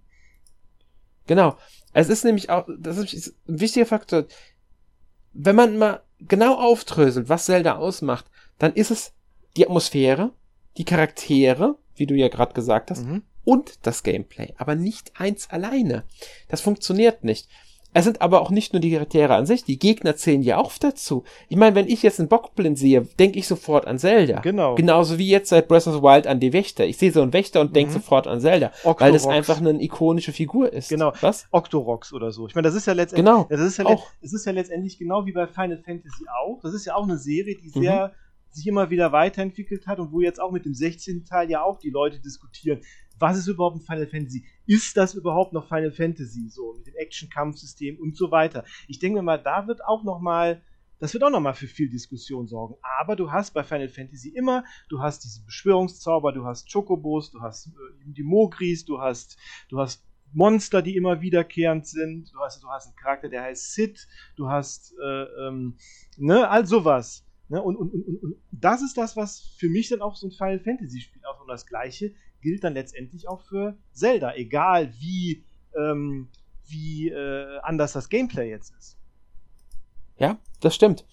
Genau. Es ist nämlich auch, das ist ein wichtiger Faktor. Wenn man mal genau aufdröselt, was Zelda ausmacht, dann ist es die Atmosphäre, die Charaktere, wie du ja gerade gesagt hast, Mhm. und das Gameplay. Aber nicht eins alleine. Das funktioniert nicht. Es sind aber auch nicht nur die Charaktere an sich, die Gegner zählen ja auch dazu. Ich meine, wenn ich jetzt einen Bockblind sehe, denke ich sofort an Zelda. Genau. Genauso wie jetzt seit Breath of the Wild an die Wächter. Ich sehe so einen Wächter und denke Mhm. sofort an Zelda, Octoroks. weil das einfach eine ikonische Figur ist. Genau. Was? Octoroks oder so. Ich meine, das ist ja letztendlich, Genau. das ist ja, Auch. es ist ja letztendlich genau wie bei Final Fantasy auch. Das ist ja auch eine Serie, die Mhm. sehr sich immer wieder weiterentwickelt hat und wo jetzt auch mit dem sechzehnten Teil ja auch die Leute diskutieren, was ist überhaupt ein Final Fantasy? Ist das überhaupt noch Final Fantasy? So, mit dem Action-Kampfsystem und so weiter. Ich denke mal, da wird auch noch mal, das wird auch noch mal für viel Diskussion sorgen. Aber du hast bei Final Fantasy immer, du hast diese Beschwörungszauber, du hast Chocobos, du hast äh, die Mogris, du hast, du hast Monster, die immer wiederkehrend sind, du hast, du hast einen Charakter, der heißt Sid, du hast, äh, ähm, ne, all sowas. Ne? Und, und, und, und das ist das, was für mich dann auch so ein Final Fantasy Spiel ausmacht. Und das Gleiche gilt dann letztendlich auch für Zelda, egal wie, ähm, wie äh, anders das Gameplay jetzt ist. Ja, das stimmt.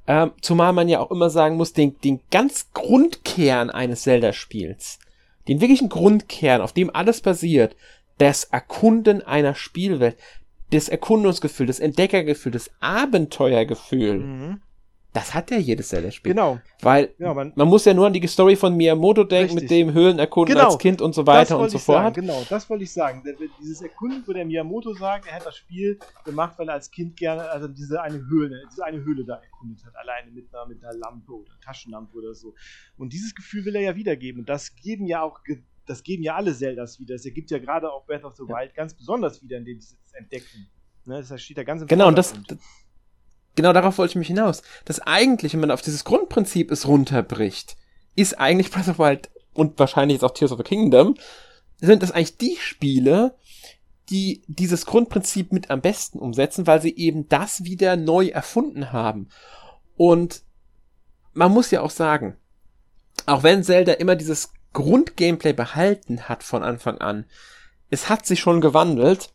Ähm, zumal man ja auch immer sagen muss, den, den ganz Grundkern eines Zelda-Spiels, den wirklichen Grundkern, auf dem alles basiert, das Erkunden einer Spielwelt, das Erkundungsgefühl, das Entdeckergefühl, das Abenteuergefühl, Mhm. das hat ja jedes Zelda-Spiel. Genau. Weil Ja, man, man muss ja nur an die Story von Miyamoto denken, Richtig. mit dem Höhlenerkunden Genau. als Kind und so das weiter und wollte so ich sagen, fort. genau, das wollte ich sagen. Der- der- Dieses Erkunden, wo der Miyamoto sagt, er hat das Spiel gemacht, weil er als Kind gerne, also diese eine Höhle, diese eine Höhle da erkundet hat, alleine mit einer, mit einer Lampe oder Taschenlampe oder so. Und dieses Gefühl will er ja wiedergeben. Und das geben ja auch, ge- das geben ja alle Zeldas wieder. Das ergibt ja gerade auch Breath of the Ja. Wild ganz besonders wieder, indem sie es entdecken. Ne, das steht da ganz im Genau, und das, Vordergrund. genau darauf wollte ich mich hinaus. Das eigentlich, wenn man auf dieses Grundprinzip es runterbricht, ist eigentlich Breath of the Wild und wahrscheinlich jetzt auch Tears of the Kingdom, sind das eigentlich die Spiele, die dieses Grundprinzip mit am besten umsetzen, weil sie eben das wieder neu erfunden haben. Und man muss ja auch sagen, auch wenn Zelda immer dieses Grundgameplay behalten hat von Anfang an, es hat sich schon gewandelt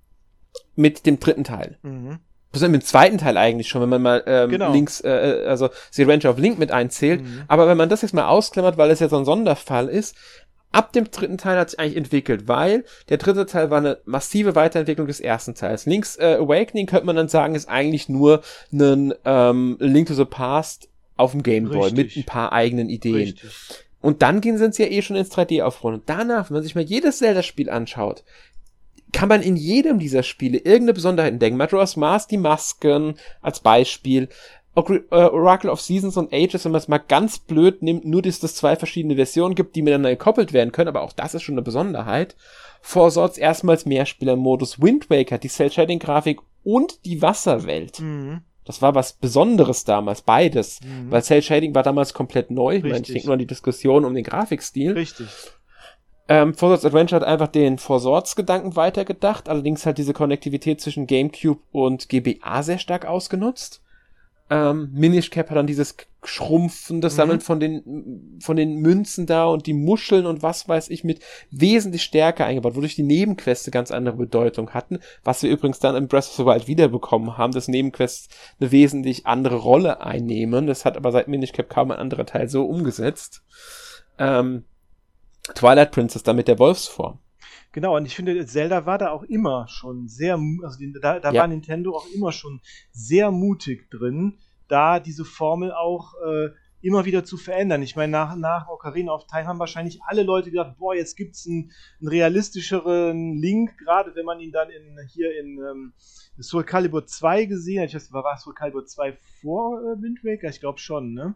mit dem dritten Teil. Mhm. Besonders mit dem zweiten Teil eigentlich schon, wenn man mal ähm, Genau. Links, äh, also The Adventure of Link mit einzählt. Mhm. Aber wenn man das jetzt mal ausklammert, weil es ja so ein Sonderfall ist, ab dem dritten Teil hat sich eigentlich entwickelt, weil der dritte Teil war eine massive Weiterentwicklung des ersten Teils. Link's äh, Awakening könnte man dann sagen, ist eigentlich nur ein ähm, Link to the Past auf dem Game Boy Richtig. mit ein paar eigenen Ideen. Richtig. Und dann gehen sind sie ja eh schon ins drei D aufrollen. Und danach, wenn man sich mal jedes Zelda-Spiel anschaut, kann man in jedem dieser Spiele irgendeine Besonderheit entdecken. Majora's Mask, die Masken als Beispiel. Or- äh, Oracle of Seasons und Ages, wenn man es mal ganz blöd nimmt, nur dass es zwei verschiedene Versionen gibt, die miteinander gekoppelt werden können, aber auch das ist schon eine Besonderheit. Four Swords erstmals Mehrspielermodus, Wind Waker, die Cell-Shading-Grafik und die Wasserwelt. Mhm. Das war was Besonderes damals, beides. Mhm. Weil Cell-Shading war damals komplett neu. Ich meine, ich Richtig. denke nur an die Diskussion um den Grafikstil. Richtig. Ähm, Four Swords Adventure hat einfach den Four Swords Gedanken weitergedacht, allerdings halt diese Konnektivität zwischen GameCube und G B A sehr stark ausgenutzt. Ähm, Minish Cap hat dann dieses Schrumpfen, das Mhm. Sammeln von den, von den Münzen da und die Muscheln und was weiß ich mit wesentlich stärker eingebaut, wodurch die Nebenquests eine ganz andere Bedeutung hatten, was wir übrigens dann in Breath of the Wild wiederbekommen haben, dass Nebenquests eine wesentlich andere Rolle einnehmen. Das hat aber seit Minish Cap kaum ein anderer Teil so umgesetzt. Ähm, Twilight Princess dann mit der Wolfsform. Genau, und ich finde, Zelda war da auch immer schon sehr, mu- also die, da, da Ja. war Nintendo auch immer schon sehr mutig drin, da diese Formel auch äh, immer wieder zu verändern. Ich meine, nach, nach Ocarina of Time haben wahrscheinlich alle Leute gedacht, boah, jetzt gibt's einen, einen realistischeren Link, gerade wenn man ihn dann in, hier in ähm, Soul Calibur zwei gesehen hat. Ich weiß, war, war Soul Calibur zwei vor äh, Wind Waker? Ich glaube schon, ne?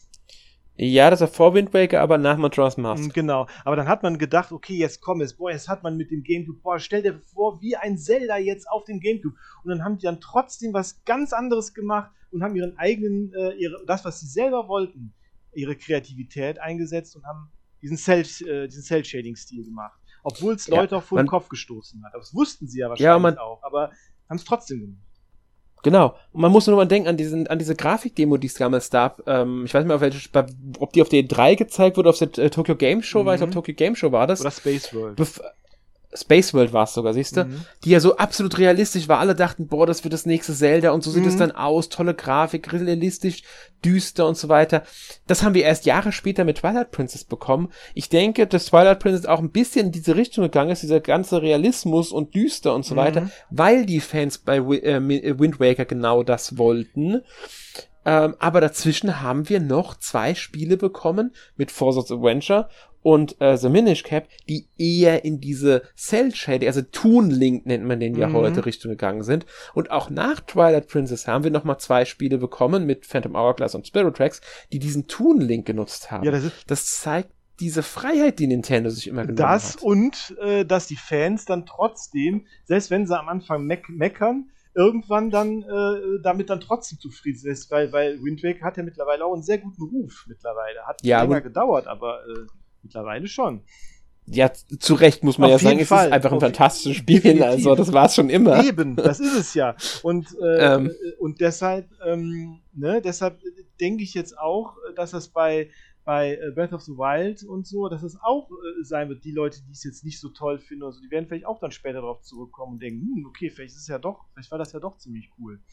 Ja, das war vor Wind Waker, aber nach Majora's Mm, Mask. Genau, aber dann hat man gedacht, okay, jetzt komm es, boah, jetzt hat man mit dem Gamecube, boah, stell dir vor, wie ein Zelda jetzt auf dem Gamecube. Und dann haben die dann trotzdem was ganz anderes gemacht und haben ihren eigenen, äh, ihre, das, was sie selber wollten, ihre Kreativität eingesetzt und haben diesen Cell, äh, diesen Cell-Shading-Stil gemacht. Obwohl es Ja, Leute auch vor den man- Kopf gestoßen hat. Das wussten sie ja wahrscheinlich Ja, man- auch, aber haben es trotzdem gemacht. Genau. Und man muss nur mal denken an diesen, an diese Grafikdemo, die es damals gab. Ähm, ich weiß nicht mehr, auf welche, bei- ob die auf der E drei gezeigt wurde, auf der äh, Tokyo Game Show war. Ich glaube, Mhm. Tokyo Game Show war das. Oder Space World. Bef- Space World war es sogar, siehst du? Mhm. Die ja so absolut realistisch war. Alle dachten, boah, das wird das nächste Zelda und so sieht es Mhm. dann aus. Tolle Grafik, realistisch, düster und so weiter. Das haben wir erst Jahre später mit Twilight Princess bekommen. Ich denke, dass Twilight Princess auch ein bisschen in diese Richtung gegangen ist, dieser ganze Realismus und düster und so Mhm. weiter, weil die Fans bei Wi- äh, Mi- äh, Wind Waker genau das wollten. Ähm, aber dazwischen haben wir noch zwei Spiele bekommen mit Four Swords Adventure und äh, The Minish Cap, die eher in diese Cell-Shading, also Toon Link nennt man den ja Mhm. heute, Richtung gegangen sind. Und auch nach Twilight Princess haben wir noch mal zwei Spiele bekommen mit Phantom Hourglass und Spirit Tracks, die diesen Toon Link genutzt haben. Ja, das ist, Das zeigt diese Freiheit, die Nintendo sich immer genommen Das hat. und äh, dass die Fans dann trotzdem, selbst wenn sie am Anfang meck meckern, irgendwann dann äh, damit dann trotzdem zufrieden sind, weil, weil Wind Waker hat ja mittlerweile auch einen sehr guten Ruf mittlerweile. Hat Ja, länger Wind- gedauert, aber äh, mittlerweile schon. Ja, zu Recht muss man Auf ja sagen, jeden es Fall. ist einfach ein Auf- fantastisches Spiel, definitiv. also das war es schon immer. Eben, das ist es ja. Und, äh, Ähm. äh, und deshalb, ähm, ne, deshalb denke ich jetzt auch, dass das bei, bei äh, Breath of the Wild und so, dass es auch äh, sein wird, die Leute, die es jetzt nicht so toll finden oder so, die werden vielleicht auch dann später darauf zurückkommen und denken, hm, okay, vielleicht ist es ja doch, vielleicht war das ja doch ziemlich cool.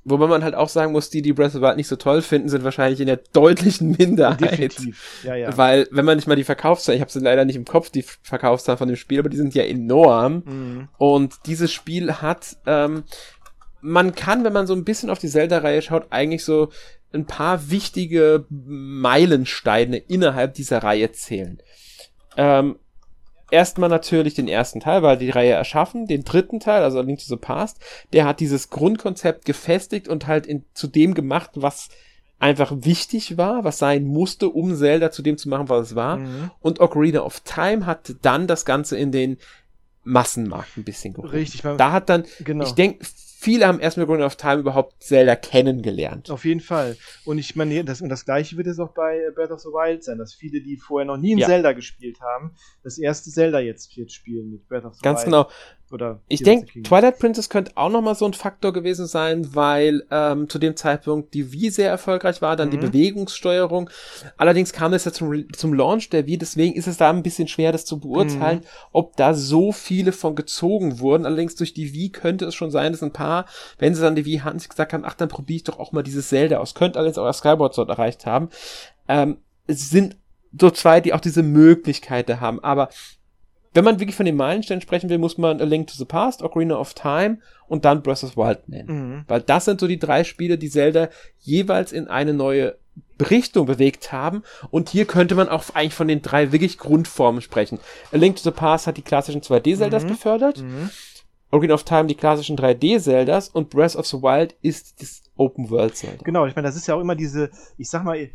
Wobei man halt auch sagen muss, die, die Breath of the Wild nicht so toll finden, sind wahrscheinlich in der deutlichen Minderheit. Definitiv, ja, ja. Weil, wenn man nicht mal die Verkaufszahlen, ich habe sie leider nicht im Kopf, die Verkaufszahlen von dem Spiel, aber die sind ja enorm. Mhm. Und dieses Spiel hat, ähm, man kann, wenn man so ein bisschen auf die Zelda-Reihe schaut, eigentlich so ein paar wichtige Meilensteine innerhalb dieser Reihe zählen. Ähm, Erstmal natürlich den ersten Teil, weil die Reihe erschaffen, den dritten Teil, also Link to the Past, der hat dieses Grundkonzept gefestigt und halt in, zu dem gemacht, was einfach wichtig war, was sein musste, um Zelda zu dem zu machen, was es war. Mhm. Und Ocarina of Time hat dann das Ganze in den Massenmarkt ein bisschen geholt. Richtig. Da hat dann, genau. ich denke, viele haben erst mit Ocarina of Time überhaupt Zelda kennengelernt. Auf jeden Fall. Und ich meine, das, und das Gleiche wird es auch bei Breath of the Wild sein, dass viele, die vorher noch nie ein ja. Zelda gespielt haben, das erste Zelda jetzt, jetzt spielen mit Breath of the Ganz Wild. Ganz genau. Oder ich denke, Twilight Princess könnte auch nochmal so ein Faktor gewesen sein, weil ähm, zu dem Zeitpunkt die Wii sehr erfolgreich war, dann mhm. die Bewegungssteuerung. Allerdings kam das ja zum, zum Launch der Wii, deswegen ist es da ein bisschen schwer, das zu beurteilen, mhm. ob da so viele von gezogen wurden. Allerdings durch die Wii könnte es schon sein, dass ein paar, wenn sie dann die Wii hatten, sich gesagt haben, ach, dann probiere ich doch auch mal dieses Zelda aus. Könnte allerdings auch das Skyward Sword erreicht haben. Ähm, es sind so zwei, die auch diese Möglichkeiten haben, aber wenn man wirklich von den Meilensteinen sprechen will, muss man A Link to the Past, Ocarina of Time und dann Breath of the Wild nennen. Mhm. Weil das sind so die drei Spiele, die Zelda jeweils in eine neue Richtung bewegt haben. Und hier könnte man auch eigentlich von den drei wirklich Grundformen sprechen. A Link to the Past hat die klassischen zwei D-Zeldas mhm. befördert. Mhm. Ocarina of Time die klassischen drei D-Zeldas und Breath of the Wild ist das Open-World-Zelda. Genau, ich meine, das ist ja auch immer diese, ich sag mal,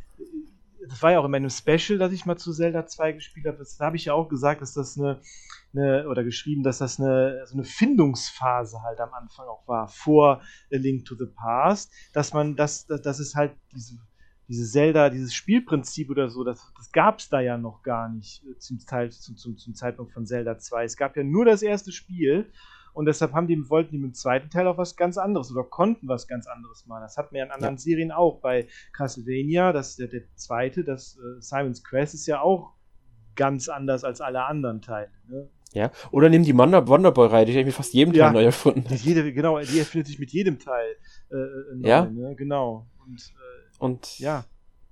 das war ja auch in meinem Special, dass ich mal zu Zelda zwei gespielt habe. Da habe ich ja auch gesagt, dass das eine, eine oder geschrieben, dass das eine, so eine Findungsphase halt am Anfang auch war, vor A Link to the Past, dass man, das, das, das ist halt diese, diese Zelda, dieses Spielprinzip oder so, das, das gab es da ja noch gar nicht zum, Teil, zum, zum, zum Zeitpunkt von Zelda zwei. Es gab ja nur das erste Spiel. Und deshalb haben die, wollten die mit dem zweiten Teil auch was ganz anderes oder konnten was ganz anderes machen. Das hatten wir in anderen ja. Serien auch. Bei Castlevania, das der, der zweite, das äh, Simon's Quest ist ja auch ganz anders als alle anderen Teile. Ne? Ja, oder nimm die Wonder, Wonderboy-Reihe, die habe ich mit fast jedem Teil ja, neu erfunden. Die, jede, genau, die erfindet sich mit jedem Teil äh, neu, ja. Ne? Genau. Und, äh, Und ja.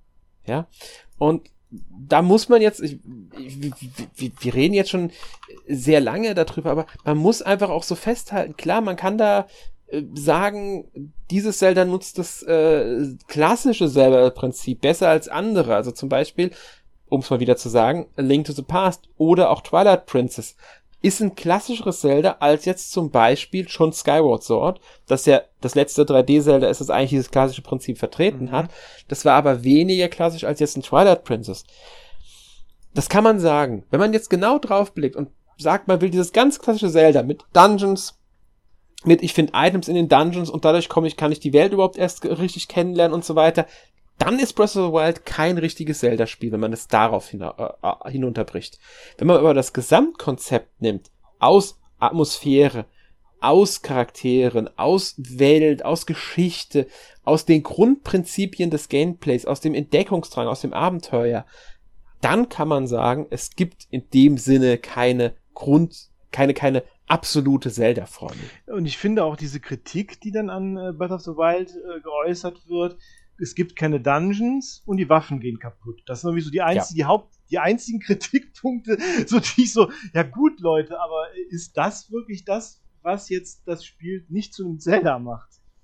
Ja. Und da muss man jetzt, ich, ich, wir, wir reden jetzt schon sehr lange darüber, aber man muss einfach auch so festhalten, klar, man kann da äh, sagen, dieses Zelda nutzt das äh, klassische Zelda-Prinzip besser als andere, also zum Beispiel, um es mal wieder zu sagen, A Link to the Past oder auch Twilight Princess ist ein klassischeres Zelda als jetzt zum Beispiel schon Skyward Sword, das ja das letzte drei D-Zelda ist, das eigentlich dieses klassische Prinzip vertreten mhm. hat. Das war aber weniger klassisch als jetzt ein Twilight Princess. Das kann man sagen. Wenn man jetzt genau drauf blickt und sagt, man will dieses ganz klassische Zelda mit Dungeons, mit ich finde Items in den Dungeons und dadurch komme ich, kann ich die Welt überhaupt erst richtig kennenlernen und so weiter, dann ist Breath of the Wild kein richtiges Zelda-Spiel, wenn man es darauf hin, äh, hinunterbricht. Wenn man aber das Gesamtkonzept nimmt, aus Atmosphäre, aus Charakteren, aus Welt, aus Geschichte, aus den Grundprinzipien des Gameplays, aus dem Entdeckungsdrang, aus dem Abenteuer, dann kann man sagen, es gibt in dem Sinne keine Grund, keine, keine absolute Zelda-Formel. Und ich finde auch diese Kritik, die dann an äh, Breath of the Wild äh, geäußert wird, es gibt keine Dungeons und die Waffen gehen kaputt. Das sind irgendwie so die einzigen, ja. die Haupt, die einzigen Kritikpunkte, so die ich so, ja gut, Leute, aber ist das wirklich das, was jetzt das Spiel nicht zu einem Zelda macht?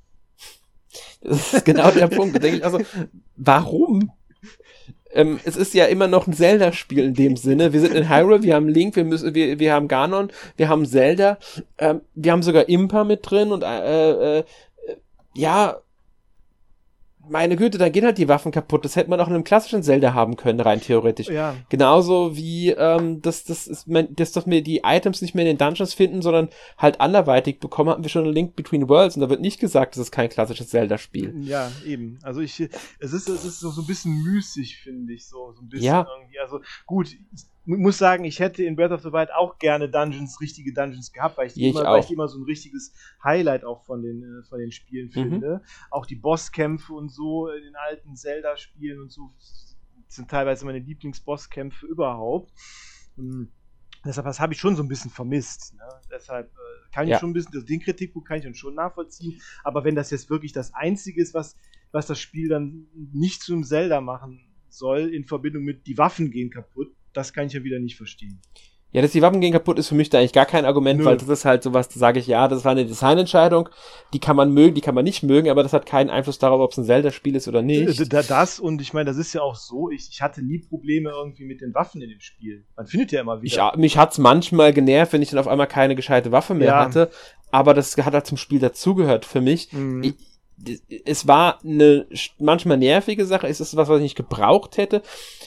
Das ist genau der Punkt. Da denke ich also, warum? Ähm, es ist ja immer noch ein Zelda-Spiel in dem Sinne. Wir sind in Hyrule, wir haben Link, wir müssen, wir, wir haben Ganon, wir haben Zelda, ähm, wir haben sogar Impa mit drin und äh, äh, ja, meine Güte, da gehen halt die Waffen kaputt. Das hätte man auch in einem klassischen Zelda haben können, rein theoretisch. Ja. Genauso wie, ähm, dass, das ist, dass, dass wir die Items nicht mehr in den Dungeons finden, sondern halt anderweitig bekommen, hatten wir schon einen Link Between Worlds und da wird nicht gesagt, das ist kein klassisches Zelda-Spiel. Ja, eben. Also ich, es ist, es ist so, so ein bisschen müßig, finde ich, so, so ein bisschen ja. irgendwie. Also gut, ich muss sagen, ich hätte in Breath of the Wild auch gerne Dungeons, richtige Dungeons gehabt, weil ich, die ich, immer, weil ich die immer so ein richtiges Highlight auch von den, äh, von den Spielen finde. Mhm. Auch die Bosskämpfe und so in den alten Zelda-Spielen und so sind teilweise meine Lieblings-Bosskämpfe überhaupt. Deshalb, das habe ich schon so ein bisschen vermisst. Ne? Deshalb äh, kann ich Ja. schon ein bisschen, also den Kritikpunkt kann ich dann schon nachvollziehen. Aber wenn das jetzt wirklich das Einzige ist, was, was das Spiel dann nicht zum Zelda machen soll, in Verbindung mit die Waffen gehen kaputt, das kann ich ja wieder nicht verstehen. Ja, dass die Waffen gehen kaputt ist für mich da eigentlich gar kein Argument, Nö. weil das ist halt sowas, da sage ich, ja, das war eine Designentscheidung, die kann man mögen, die kann man nicht mögen, aber das hat keinen Einfluss darauf, ob es ein Zelda-Spiel ist oder nicht. Da, das und ich meine, das ist ja auch so, ich, ich hatte nie Probleme irgendwie mit den Waffen in dem Spiel. Man findet ja immer wieder. Ich, mich hat's manchmal genervt, wenn ich dann auf einmal keine gescheite Waffe mehr Ja. hatte, aber das hat halt zum Spiel dazugehört für mich. Mhm. Ich, es war eine manchmal nervige Sache, es ist was, was ich nicht gebraucht hätte.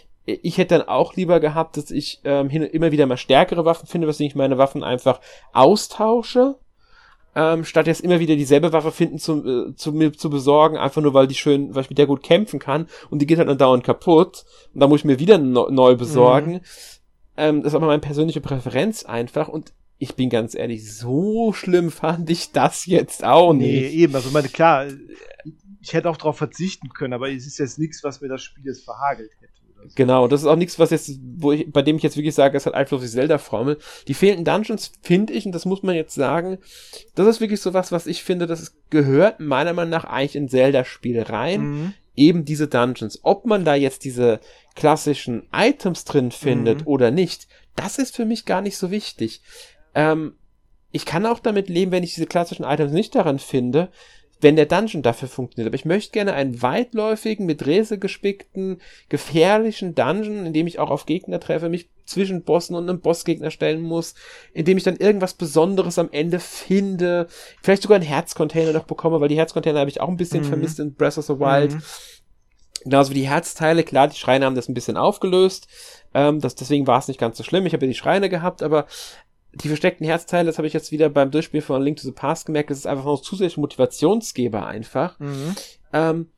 Ich hätte dann auch lieber gehabt, dass ich ähm, hin, immer wieder mal stärkere Waffen finde, dass ich meine Waffen einfach austausche, ähm, statt jetzt immer wieder dieselbe Waffe finden zu, äh, zu mir zu besorgen, einfach nur weil die schön, weil ich mit der gut kämpfen kann und die geht halt dann dauernd kaputt und da muss ich mir wieder no, neu besorgen. Mhm. Ähm, das ist aber meine persönliche Präferenz einfach und ich bin ganz ehrlich, so schlimm fand ich das jetzt auch nicht. Nee, eben, also meine, klar, ich hätte auch darauf verzichten können, aber es ist jetzt nichts, was mir das Spiel jetzt verhagelt hätte. So. Genau, das ist auch nichts, was jetzt, wo ich, bei dem ich jetzt wirklich sage, es hat Einfluss auf die Zelda-Formel. Die fehlenden Dungeons finde ich, und das muss man jetzt sagen, das ist wirklich so was, was ich finde, das gehört meiner Meinung nach eigentlich in Zelda-Spiel rein. Mhm. Eben diese Dungeons. Ob man da jetzt diese klassischen Items drin findet mhm. oder nicht, das ist für mich gar nicht so wichtig. Ähm, ich kann auch damit leben, wenn ich diese klassischen Items nicht daran finde, wenn der Dungeon dafür funktioniert. Aber ich möchte gerne einen weitläufigen, mit Rätsel gespickten, gefährlichen Dungeon, in dem ich auch auf Gegner treffe, mich zwischen Bossen und einem Bossgegner stellen muss, in dem ich dann irgendwas Besonderes am Ende finde, vielleicht sogar einen Herzcontainer noch bekomme, weil die Herzcontainer habe ich auch ein bisschen mhm. vermisst in Breath of the Wild. Mhm. Genauso wie die Herzteile, klar, die Schreine haben das ein bisschen aufgelöst, ähm, das, deswegen war es nicht ganz so schlimm, ich habe ja die Schreine gehabt, aber die versteckten Herzteile, das habe ich jetzt wieder beim Durchspielen von Link to the Past gemerkt, das ist einfach noch zusätzlich Motivationsgeber einfach. Mhm. Ähm,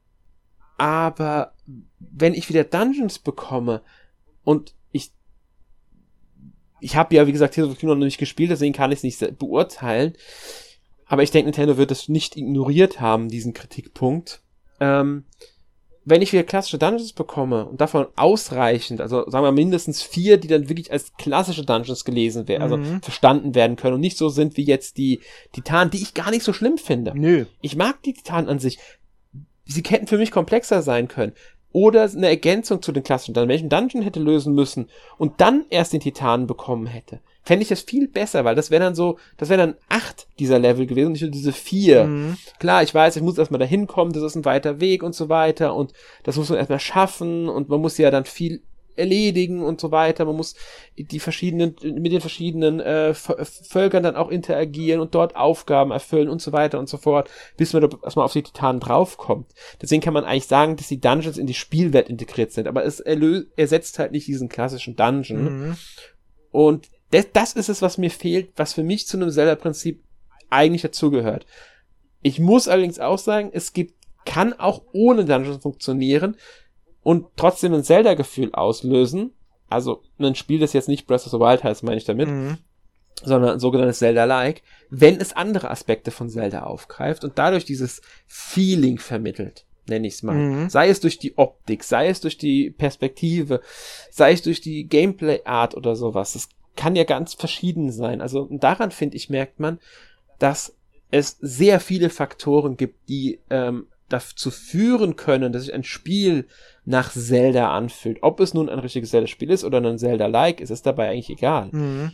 aber wenn ich wieder Dungeons bekomme und ich ich habe ja, wie gesagt, Tears of the Kingdom noch nicht gespielt, deswegen kann ich es nicht beurteilen, aber ich denke, Nintendo wird das nicht ignoriert haben, diesen Kritikpunkt. Ähm, wenn ich wieder klassische Dungeons bekomme und davon ausreichend, also sagen wir mindestens vier, die dann wirklich als klassische Dungeons gelesen werden, also mhm. verstanden werden können und nicht so sind wie jetzt die Titanen, die ich gar nicht so schlimm finde. Nö. Ich mag die Titanen an sich. Sie hätten für mich komplexer sein können. Oder eine Ergänzung zu den klassischen Dungeons, wenn ich einen Dungeon hätte lösen müssen und dann erst den Titanen bekommen hätte, fände ich das viel besser, weil das wäre dann so, das wäre dann acht dieser Level gewesen und nicht nur diese vier. Mhm. Klar, ich weiß, ich muss erstmal da hinkommen, das ist ein weiter Weg und so weiter und das muss man erstmal schaffen und man muss ja dann viel erledigen und so weiter, man muss die verschiedenen, mit den verschiedenen äh, Völkern dann auch interagieren und dort Aufgaben erfüllen und so weiter und so fort, bis man da erstmal auf die Titanen draufkommt. Deswegen kann man eigentlich sagen, dass die Dungeons in die Spielwelt integriert sind, aber es erlö- ersetzt halt nicht diesen klassischen Dungeon. Mhm. Und das, das ist es, was mir fehlt, was für mich zu einem Zelda-Prinzip eigentlich dazugehört. Ich muss allerdings auch sagen, es gibt, kann auch ohne Dungeons funktionieren und trotzdem ein Zelda-Gefühl auslösen. Also ein Spiel, das jetzt nicht Breath of the Wild heißt, meine ich damit, mhm. sondern ein sogenanntes Zelda-like, wenn es andere Aspekte von Zelda aufgreift und dadurch dieses Feeling vermittelt, nenne ich es mal. Mhm. Sei es durch die Optik, sei es durch die Perspektive, sei es durch die Gameplay-Art oder sowas. Das kann ja ganz verschieden sein. Also daran, finde ich, merkt man, dass es sehr viele Faktoren gibt, die ähm, dazu führen können, dass sich ein Spiel nach Zelda anfühlt. Ob es nun ein richtiges Zelda-Spiel ist oder ein Zelda-like, ist es dabei eigentlich egal. Mhm.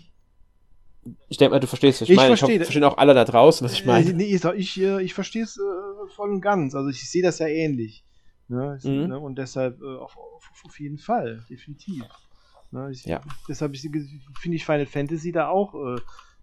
Ich denke mal, du verstehst, was ich, ich meine. Verstehe. Ich hoffe, verstehen auch alle da draußen, was ich meine. Nee, ich, ich, ich verstehe es äh, voll und ganz. Also ich sehe das ja ähnlich. Ne? Mhm. Ne? Und deshalb äh, auf, auf, auf jeden Fall, definitiv. Ne? Ich, ja. Deshalb finde ich Final Fantasy da auch äh,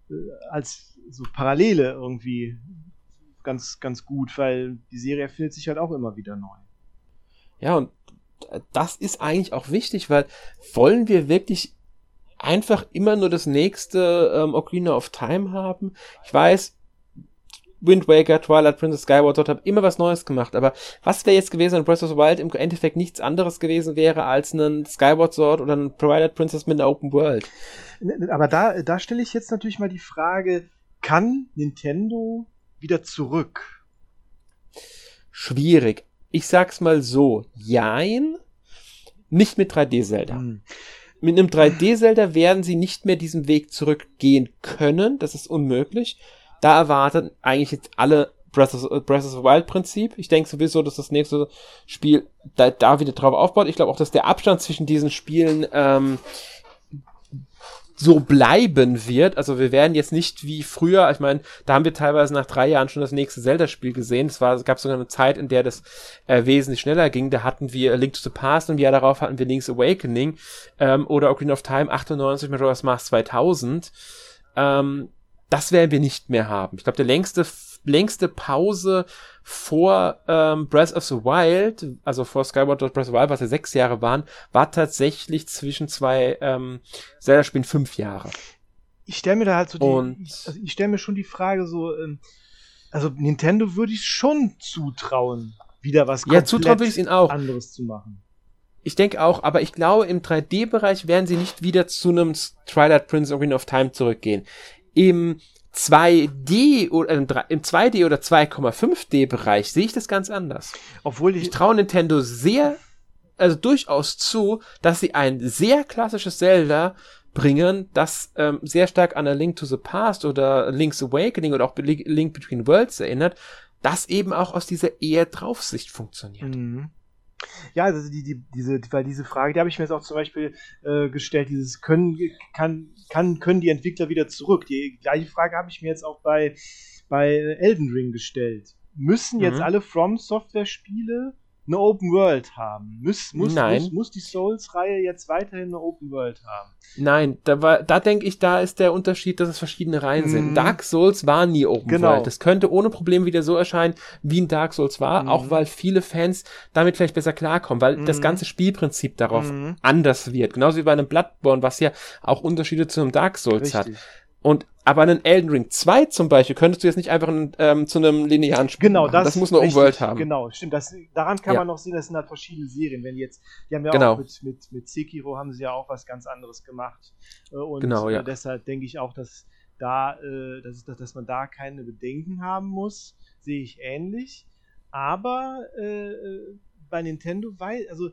als so Parallele irgendwie ganz, ganz gut, weil die Serie erfindet sich halt auch immer wieder neu. Ja, und das ist eigentlich auch wichtig, weil wollen wir wirklich einfach immer nur das nächste ähm, Ocarina of Time haben? Ich weiß, Wind Waker, Twilight Princess, Skyward Sword haben immer was Neues gemacht, aber was wäre jetzt gewesen, wenn Breath of the Wild im Endeffekt nichts anderes gewesen wäre als ein Skyward Sword oder ein Twilight Princess mit einer Open World? Aber da, da stelle ich jetzt natürlich mal die Frage, kann Nintendo wieder zurück? Schwierig. Ich sag's mal so, jein, nicht mit drei D-Zelda. Hm. mit einem drei D-Zelda werden sie nicht mehr diesen Weg zurückgehen können. Das ist unmöglich. Da erwarten eigentlich jetzt alle Breath of, Breath of the Wild Prinzip. Ich denke sowieso, dass das nächste Spiel da, da wieder drauf aufbaut. Ich glaube auch, dass der Abstand zwischen diesen Spielen ähm, so bleiben wird. Also wir werden jetzt nicht wie früher, ich meine, da haben wir teilweise nach drei Jahren schon das nächste Zelda-Spiel gesehen. Es war, es gab sogar eine Zeit, in der das äh, wesentlich schneller ging. Da hatten wir A Link to the Past und im Jahr darauf hatten wir Link's Awakening ähm, oder Ocarina of Time achtundneunzig mit Majora's Mask zweitausend. Ähm, das werden wir nicht mehr haben. Ich glaube, der längste längste Pause vor ähm, Breath of the Wild, also vor Skyward Breath of the Wild, was ja sechs Jahre waren, war tatsächlich zwischen zwei ähm, Zelda-Spielen fünf Jahre. Ich stelle mir da halt so die, Und ich, also ich stelle mir schon die Frage so, ähm, also Nintendo würde ich schon zutrauen, wieder was ja, zutrauen würde ich ihnen auch. anderes zu machen. Ich denke auch, aber ich glaube, im drei D-Bereich werden sie nicht wieder zu einem Twilight Princess Ocarina of Time zurückgehen. Im zwei D oder im, im zwei D oder zwei Komma fünf D-Bereich sehe ich das ganz anders. Obwohl ich, ich traue Nintendo sehr, also durchaus zu, dass sie ein sehr klassisches Zelda bringen, das ähm, sehr stark an A Link to the Past oder Link's Awakening oder auch Link Between Worlds erinnert, das eben auch aus dieser eher Draufsicht funktioniert. Mhm. Ja, also die, die, diese, weil diese Frage, die habe ich mir jetzt auch zum Beispiel äh, gestellt, dieses können, kann, kann, können die Entwickler wieder zurück? Die gleiche Frage habe ich mir jetzt auch bei, bei Elden Ring gestellt. Müssen jetzt mhm. alle From Software Spiele eine Open World haben? Muss, muss, Nein. muss, muss die Souls-Reihe jetzt weiterhin eine Open World haben? Nein, da war, da denke ich, da ist der Unterschied, dass es verschiedene Reihen mm. sind. Dark Souls war nie Open genau. World. Das könnte ohne Problem wieder so erscheinen, wie ein Dark Souls war, mm. auch weil viele Fans damit vielleicht besser klarkommen, weil mm. das ganze Spielprinzip darauf mm. anders wird. Genauso wie bei einem Bloodborne, was ja auch Unterschiede zu einem Dark Souls Richtig. hat. Und aber einen Elden Ring zwei zum Beispiel könntest du jetzt nicht einfach in, ähm, zu einem linearen Spiel genau, machen. Das, das muss eine Open World haben. Genau, stimmt. Das, daran kann ja. man noch sehen, das sind halt verschiedene Serien. Wenn die jetzt, die haben ja genau. auch mit, mit, mit Sekiro haben sie ja auch was ganz anderes gemacht. Und genau, ja. äh, deshalb denke ich auch, dass da, äh, dass, dass, dass man da keine Bedenken haben muss. Sehe ich ähnlich. Aber äh, bei Nintendo, weil, also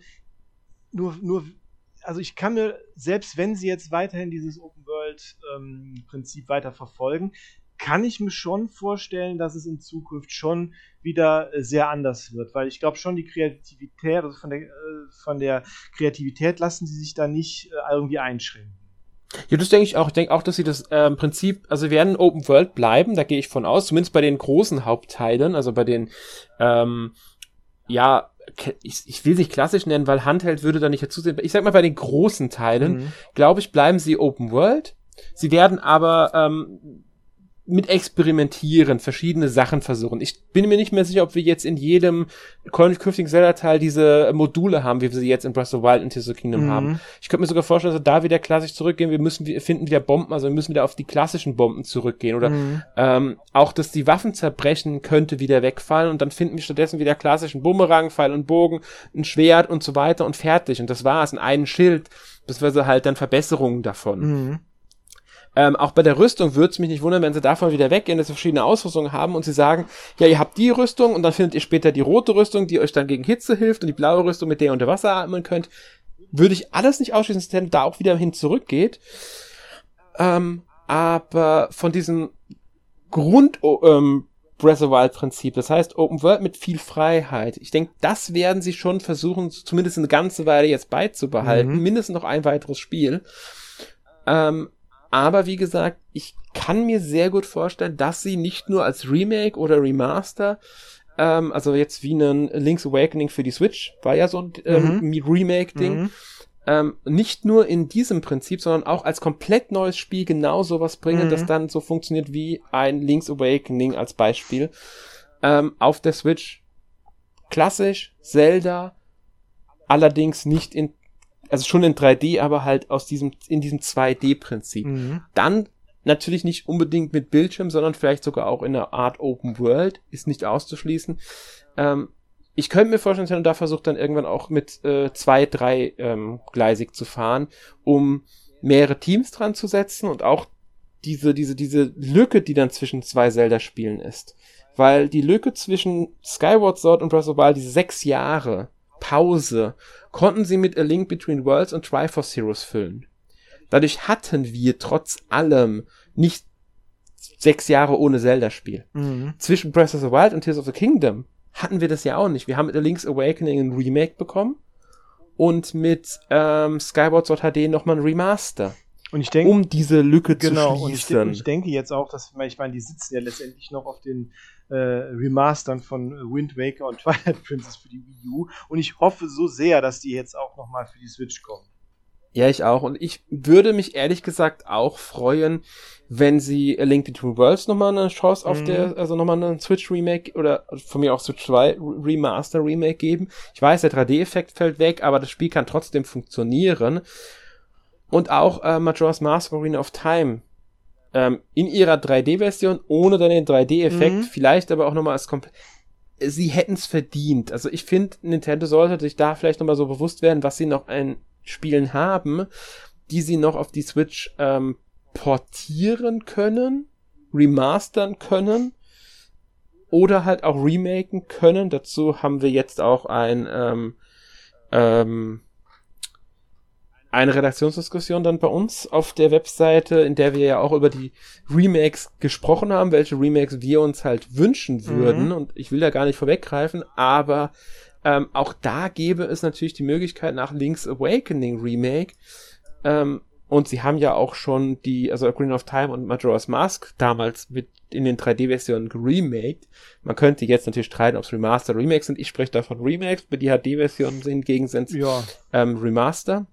nur, nur also ich kann mir, selbst wenn sie jetzt weiterhin dieses Open-World-Prinzip ähm, weiter verfolgen, kann ich mir schon vorstellen, dass es in Zukunft schon wieder äh, sehr anders wird, weil ich glaube schon die Kreativität, also von der, äh, von der Kreativität lassen sie sich da nicht äh, irgendwie einschränken. Ja, das denke ich auch. Ich denke auch, dass sie das ähm, Prinzip, also wir werden Open World bleiben, da gehe ich von aus, zumindest bei den großen Hauptteilen, also bei den, ähm, ja, ich, ich will sie klassisch nennen, weil Handheld würde da nicht dazu sehen. Ich sag mal, bei den großen Teilen, mhm. glaube ich, bleiben sie Open World. Sie werden aber ähm, mit experimentieren, verschiedene Sachen versuchen. Ich bin mir nicht mehr sicher, ob wir jetzt in jedem künftigen Zelda-Teil diese Module haben, wie wir sie jetzt in Breath of the Wild und Tears of the Kingdom mhm. haben. Ich könnte mir sogar vorstellen, dass wir da wieder klassisch zurückgehen. Wir müssen, wir finden wieder Bomben, also wir müssen wieder auf die klassischen Bomben zurückgehen. Oder mhm. ähm, auch, dass die Waffen zerbrechen könnte wieder wegfallen und dann finden wir stattdessen wieder klassischen Bumerang, Pfeil und Bogen, ein Schwert und so weiter und fertig. Und das war's. Und einen Schild, beziehungsweise halt dann Verbesserungen davon. Mhm. Ähm, auch bei der Rüstung würde es mich nicht wundern, wenn sie davon wieder weggehen, dass sie verschiedene Ausrüstungen haben und sie sagen, ja, ihr habt die Rüstung und dann findet ihr später die rote Rüstung, die euch dann gegen Hitze hilft und die blaue Rüstung, mit der ihr unter Wasser atmen könnt. Würde ich alles nicht ausschließen, dass Nintendo da auch wieder hin zurückgeht. Ähm, aber von diesem Grund ähm, Breath of the Wild Prinzip, das heißt Open World mit viel Freiheit, ich denke, das werden sie schon versuchen, zumindest eine ganze Weile jetzt beizubehalten, mhm. mindestens noch ein weiteres Spiel. Ähm, Aber wie gesagt, ich kann mir sehr gut vorstellen, dass sie nicht nur als Remake oder Remaster, ähm, also jetzt wie ein Link's Awakening für die Switch, war ja so ein ähm, mhm. Remake-Ding, mhm. ähm, nicht nur in diesem Prinzip, sondern auch als komplett neues Spiel genau sowas bringen, mhm. das dann so funktioniert wie ein Link's Awakening als Beispiel. Ähm, auf der Switch klassisch, Zelda, allerdings nicht in also schon in drei D, aber halt aus diesem, in diesem zwei D-Prinzip. Mhm. Dann natürlich nicht unbedingt mit Bildschirm, sondern vielleicht sogar auch in einer Art Open World, ist nicht auszuschließen. Ähm, ich könnte mir vorstellen, dass man da versucht dann irgendwann auch mit äh, zwei, drei ähm, gleisig zu fahren, um mehrere Teams dran zu setzen und auch diese, diese, diese Lücke, die dann zwischen zwei Zelda-Spielen ist. Weil die Lücke zwischen Skyward Sword und Breath of the Wild, diese sechs Jahre, Pause konnten sie mit A Link Between Worlds und Triforce Heroes füllen. Dadurch hatten wir trotz allem nicht sechs Jahre ohne Zelda-Spiel. Mhm. Zwischen Breath of the Wild und Tears of the Kingdom hatten wir das ja auch nicht. Wir haben mit A Link's Awakening ein Remake bekommen und mit ähm, Skyward Sword H D nochmal ein Remaster. Und ich denke, um diese Lücke genau, zu und ich, schließen. und ich denke jetzt auch, dass, ich meine, die sitzen ja letztendlich noch auf den äh, Remastern von Wind Waker und Twilight Princess für die Wii U und ich hoffe so sehr, dass die jetzt auch nochmal für die Switch kommen. Ja, ich auch. Und ich würde mich ehrlich gesagt auch freuen, wenn sie A Link Between Worlds nochmal eine Chance auf mhm. der, also nochmal einen Switch-Remake oder von mir auch Switch zwei Remaster-Remake geben. Ich weiß, der drei D-Effekt fällt weg, aber das Spiel kann trotzdem funktionieren. Und auch äh, Majora's Mask Ocarina of Time ähm, in ihrer drei D-Version, ohne dann den drei D-Effekt, mhm. vielleicht aber auch nochmal als komplett. Sie hätten es verdient. Also ich finde, Nintendo sollte sich da vielleicht nochmal so bewusst werden, was sie noch an Spielen haben, die sie noch auf die Switch ähm, portieren können, remastern können oder halt auch remaken können. Dazu haben wir jetzt auch ein ähm, ähm, eine Redaktionsdiskussion dann bei uns auf der Webseite, in der wir ja auch über die Remakes gesprochen haben, welche Remakes wir uns halt wünschen würden. Mhm. Und ich will da gar nicht vorweggreifen, aber ähm, auch da gäbe es natürlich die Möglichkeit nach Link's Awakening Remake. Ähm, und sie haben ja auch schon die, also Ocarina of Time und Majora's Mask damals mit in den drei D-Versionen geremaked. Man könnte jetzt natürlich streiten, ob es Remaster oder Remakes sind. Ich spreche davon Remakes, bei die H D-Versionen hingegen sind ja. ähm, Remaster.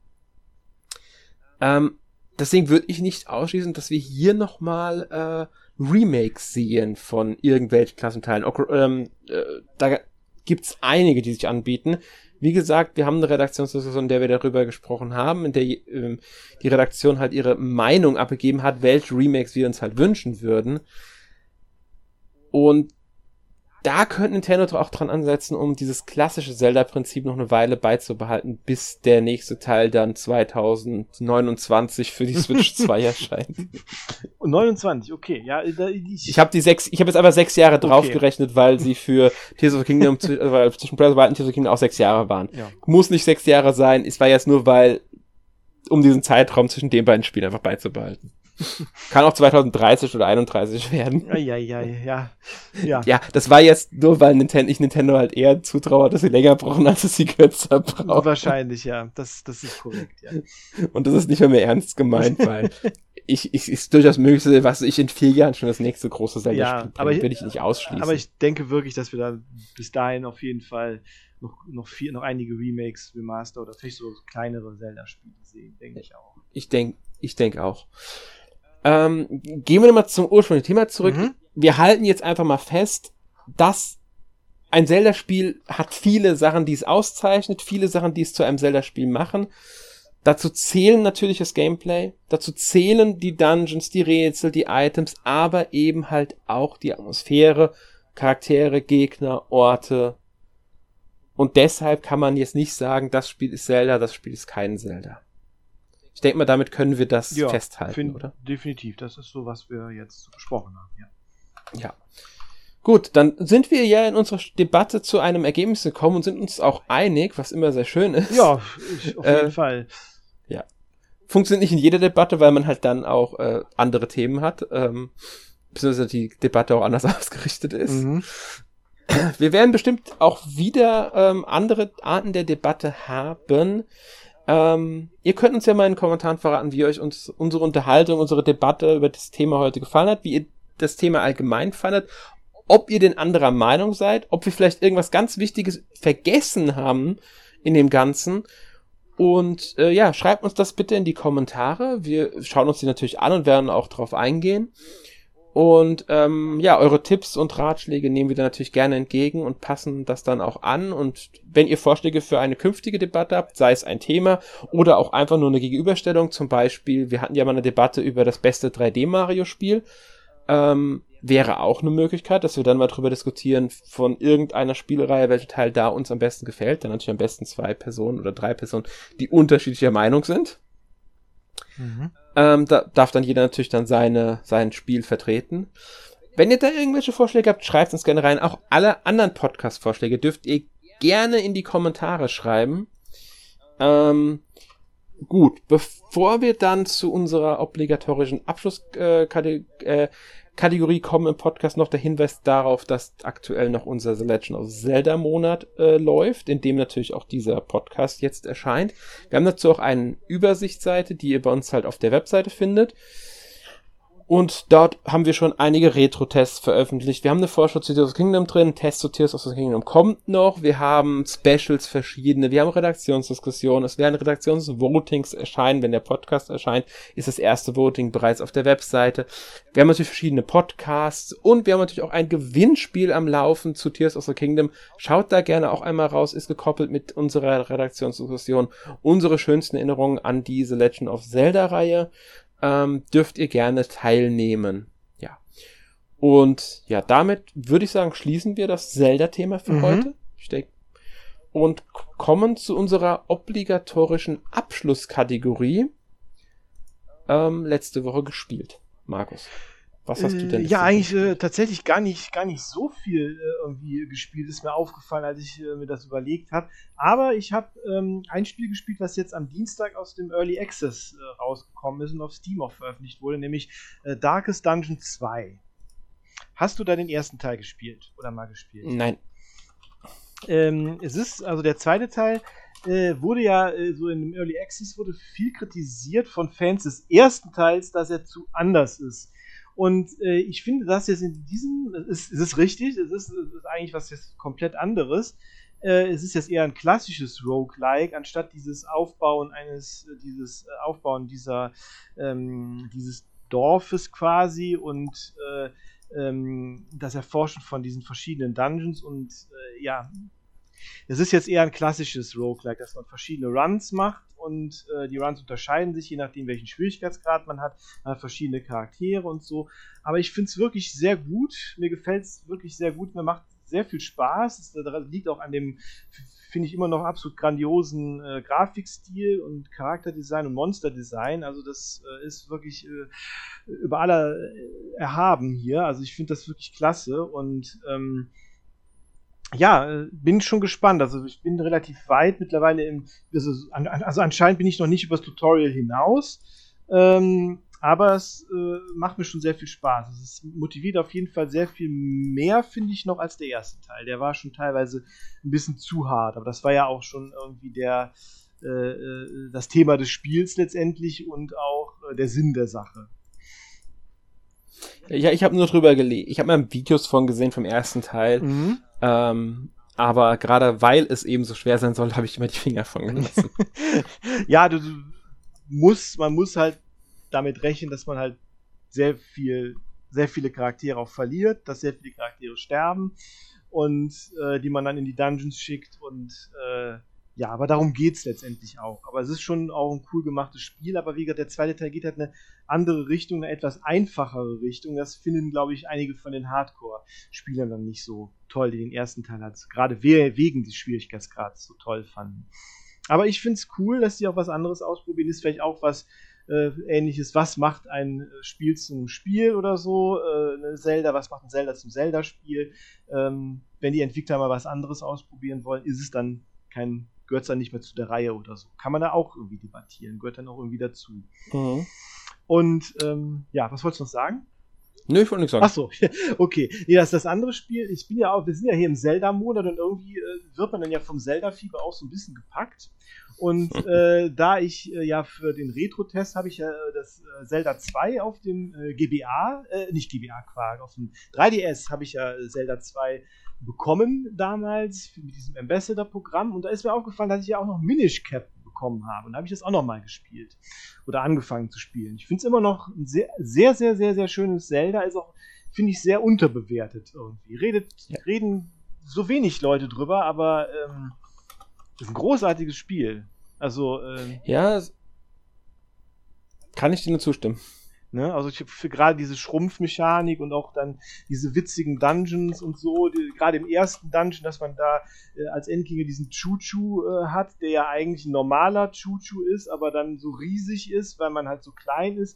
Ähm, deswegen würde ich nicht ausschließen, dass wir hier nochmal äh, Remakes sehen von irgendwelchen Klassenteilen. Okay, ähm, äh, da gibt's einige, die sich anbieten. Wie gesagt, wir haben eine Redaktionsdiskussion, in der wir darüber gesprochen haben, in der ähm, die Redaktion halt ihre Meinung abgegeben hat, welche Remakes wir uns halt wünschen würden. Und da könnte Nintendo auch dran ansetzen, um dieses klassische Zelda-Prinzip noch eine Weile beizubehalten, bis der nächste Teil dann zwanzig neunundzwanzig für die Switch zwei erscheint. neunundzwanzig, okay. Ja, ich ich habe die sechs, ich habe jetzt aber sechs Jahre okay. draufgerechnet, weil sie für Tears of the Kingdom, weil zwischen Breath of the Wild und Tears of the Kingdom auch sechs Jahre waren. Ja. Muss nicht sechs Jahre sein, es war jetzt nur, weil, um diesen Zeitraum zwischen den beiden Spielen einfach beizubehalten. Kann auch zwanzig dreißig oder einunddreißig werden. Ja, ja, ja, ja. Ja, ja das war jetzt nur, weil Nintendo, ich Nintendo halt eher zutraue, dass sie länger brauchen, als sie kürzer brauchen. Wahrscheinlich, ja. Das, das ist korrekt, ja. Und das ist nicht mehr, mehr ernst gemeint, weil ich, ich ist durchaus möglich, was ich in vier Jahren schon das nächste große Zelda-Spiel ja, bringe, will ich nicht ausschließen. Aber ich denke wirklich, dass wir da bis dahin auf jeden Fall noch, noch, viel, noch einige Remakes, Remaster oder vielleicht so kleinere Zelda-Spiele sehen, denke ich auch. Ich denke, ich denke auch. Ähm, gehen wir nochmal zum ursprünglichen Thema zurück. Mhm. Wir halten jetzt einfach mal fest, dass ein Zelda-Spiel hat viele Sachen, die es auszeichnet, viele Sachen, die es zu einem Zelda-Spiel machen. Dazu zählen natürlich das Gameplay, dazu zählen die Dungeons, die Rätsel, die Items, aber eben halt auch die Atmosphäre, Charaktere, Gegner, Orte. Und deshalb kann man jetzt nicht sagen, das Spiel ist Zelda, das Spiel ist kein Zelda. Ich denke mal, damit können wir das ja, festhalten, find, oder? Definitiv, das ist so, was wir jetzt besprochen haben, ja. Ja. Gut, dann sind wir ja in unserer Debatte zu einem Ergebnis gekommen und sind uns auch einig, was immer sehr schön ist. Ja, ich, auf jeden äh, Fall. Ja. Funktioniert nicht in jeder Debatte, weil man halt dann auch äh, andere Themen hat, ähm, beziehungsweise die Debatte auch anders ausgerichtet ist. Mhm. Wir werden bestimmt auch wieder ähm, andere Arten der Debatte haben. Ähm, ihr könnt uns ja mal in den Kommentaren verraten, wie euch uns unsere Unterhaltung, unsere Debatte über das Thema heute gefallen hat, wie ihr das Thema allgemein fandet, ob ihr denn anderer Meinung seid, ob wir vielleicht irgendwas ganz Wichtiges vergessen haben in dem Ganzen. Und äh, ja, schreibt uns das bitte in die Kommentare. Wir schauen uns die natürlich an und werden auch drauf eingehen. Und ähm, ja, eure Tipps und Ratschläge nehmen wir dann natürlich gerne entgegen und passen das dann auch an. Und wenn ihr Vorschläge für eine künftige Debatte habt, sei es ein Thema oder auch einfach nur eine Gegenüberstellung, zum Beispiel, wir hatten ja mal eine Debatte über das beste drei D-Mario-Spiel, ähm, wäre auch eine Möglichkeit, dass wir dann mal drüber diskutieren von irgendeiner Spielreihe, welcher Teil da uns am besten gefällt. Dann natürlich am besten zwei Personen oder drei Personen, die unterschiedlicher Meinung sind. Mhm. Ähm, da darf dann jeder natürlich dann seine, sein Spiel vertreten. Wenn ihr da irgendwelche Vorschläge habt, schreibt uns gerne rein. Auch alle anderen Podcast-Vorschläge dürft ihr gerne in die Kommentare schreiben. Ähm, gut, bevor wir dann zu unserer obligatorischen Abschlusskategorie äh, Kategorie kommen im Podcast, noch der Hinweis darauf, dass aktuell noch unser The Legend of Zelda Monat äh, läuft, in dem natürlich auch dieser Podcast jetzt erscheint. Wir haben dazu auch eine Übersichtsseite, die ihr bei uns halt auf der Webseite findet. Und dort haben wir schon einige Retro-Tests veröffentlicht. Wir haben eine Vorschau zu Tears of the Kingdom drin, ein Test zu Tears of the Kingdom kommt noch. Wir haben Specials verschiedene, wir haben Redaktionsdiskussionen, es werden Redaktionsvotings erscheinen, wenn der Podcast erscheint, ist das erste Voting bereits auf der Webseite. Wir haben natürlich verschiedene Podcasts und wir haben natürlich auch ein Gewinnspiel am Laufen zu Tears of the Kingdom. Schaut da gerne auch einmal raus, ist gekoppelt mit unserer Redaktionsdiskussion. Unsere schönsten Erinnerungen an diese Legend of Zelda-Reihe. Ähm, dürft ihr gerne teilnehmen. Ja. Und ja, damit würde ich sagen, schließen wir das Zelda-Thema für mhm. heute. Ich denke. Und k- kommen zu unserer obligatorischen Abschlusskategorie. Ähm, letzte Woche gespielt. Markus, was hast du denn? Äh, ja, eigentlich äh, tatsächlich gar nicht, gar nicht so viel äh, irgendwie gespielt. Ist mir aufgefallen, als ich äh, mir das überlegt habe. Aber ich habe ähm, ein Spiel gespielt, was jetzt am Dienstag aus dem Early Access äh, rausgekommen ist und auf Steam auch veröffentlicht wurde, nämlich äh, Darkest Dungeon zwei. Hast du da den ersten Teil gespielt oder mal gespielt? Nein. Ähm, es ist, also der zweite Teil äh, wurde ja äh, so in dem Early Access wurde viel kritisiert von Fans des ersten Teils, dass er zu anders ist. Und äh, ich finde, dass jetzt in diesem, es ist, es ist richtig, es ist, es ist eigentlich was jetzt komplett anderes. Äh, es ist jetzt eher ein klassisches Roguelike, anstatt dieses Aufbauen eines, dieses äh, Aufbauen dieser, ähm, dieses Dorfes quasi und äh, ähm, das Erforschen von diesen verschiedenen Dungeons und äh, ja, es ist jetzt eher ein klassisches Roguelike, dass man verschiedene Runs macht und äh, die Runs unterscheiden sich, je nachdem welchen Schwierigkeitsgrad man hat, man hat verschiedene Charaktere und so, aber ich finde es wirklich sehr gut, mir gefällt es wirklich sehr gut, mir macht sehr viel Spaß, es liegt auch an dem, finde ich immer noch absolut grandiosen äh, Grafikstil und Charakterdesign und Monsterdesign, also das äh, ist wirklich äh, über alle äh, erhaben hier, also ich finde das wirklich klasse und ähm, ja, bin schon gespannt. Also ich bin relativ weit mittlerweile im. Also, also anscheinend bin ich noch nicht über das Tutorial hinaus. Ähm, aber es äh, macht mir schon sehr viel Spaß. Es motiviert auf jeden Fall sehr viel mehr, finde ich, noch als der erste Teil. Der war schon teilweise ein bisschen zu hart. Aber das war ja auch schon irgendwie der äh, das Thema des Spiels letztendlich und auch äh, der Sinn der Sache. Ja, ich habe nur drüber gelesen. Ich habe mal Videos von gesehen vom ersten Teil. Mhm. Ähm, aber gerade weil es eben so schwer sein soll, habe ich immer die Finger von gelassen. Ja, du, du musst, man muss halt damit rechnen, dass man halt sehr viel, sehr viele Charaktere auch verliert, dass sehr viele Charaktere sterben und äh, die man dann in die Dungeons schickt und äh, ja, aber darum geht's letztendlich auch. Aber es ist schon auch ein cool gemachtes Spiel, aber wie gesagt, der zweite Teil geht halt eine andere Richtung, eine etwas einfachere Richtung. Das finden, glaube ich, einige von den Hardcore-Spielern dann nicht so toll, die den ersten Teil halt gerade we- wegen des Schwierigkeitsgrads so toll fanden. Aber ich finde es cool, dass die auch was anderes ausprobieren. Ist vielleicht auch was äh, Ähnliches. Was macht ein Spiel zum Spiel oder so? Äh, eine Zelda, was macht ein Zelda zum Zelda-Spiel? Ähm, wenn die Entwickler mal was anderes ausprobieren wollen, ist es dann kein gehört es dann nicht mehr zu der Reihe oder so. Kann man da auch irgendwie debattieren, gehört dann auch irgendwie dazu. Mhm. Und ähm, ja, was wolltest du noch sagen? Nö, ich wollte nichts sagen. Achso, okay. Nee, das ist das andere Spiel. Ich bin ja auch, wir sind ja hier im Zelda-Monat und irgendwie äh, wird man dann ja vom Zelda-Fieber auch so ein bisschen gepackt. Und äh, da ich äh, ja für den Retro-Test habe ich ja äh, das äh, Zelda zwei auf dem äh, G B A, äh, nicht G B A-Quark, auf dem drei D S habe ich ja äh, Zelda zwei bekommen damals mit diesem Ambassador-Programm und da ist mir aufgefallen, dass ich ja auch noch Minish Cap bekommen habe und da habe ich das auch noch mal gespielt oder angefangen zu spielen. Ich finde es immer noch ein sehr, sehr, sehr, sehr, sehr schönes Zelda, ist auch, finde ich, sehr unterbewertet irgendwie. Redet, ja. Reden so wenig Leute drüber, aber ähm, das ist ein großartiges Spiel. Also ähm, ja, kann ich dir nur zustimmen. Ne, also ich für gerade diese Schrumpfmechanik und auch dann diese witzigen Dungeons und so, die, gerade im ersten Dungeon, dass man da äh, als Endgegner diesen Chuchu äh, hat, der ja eigentlich ein normaler Chuchu ist, aber dann so riesig ist, weil man halt so klein ist.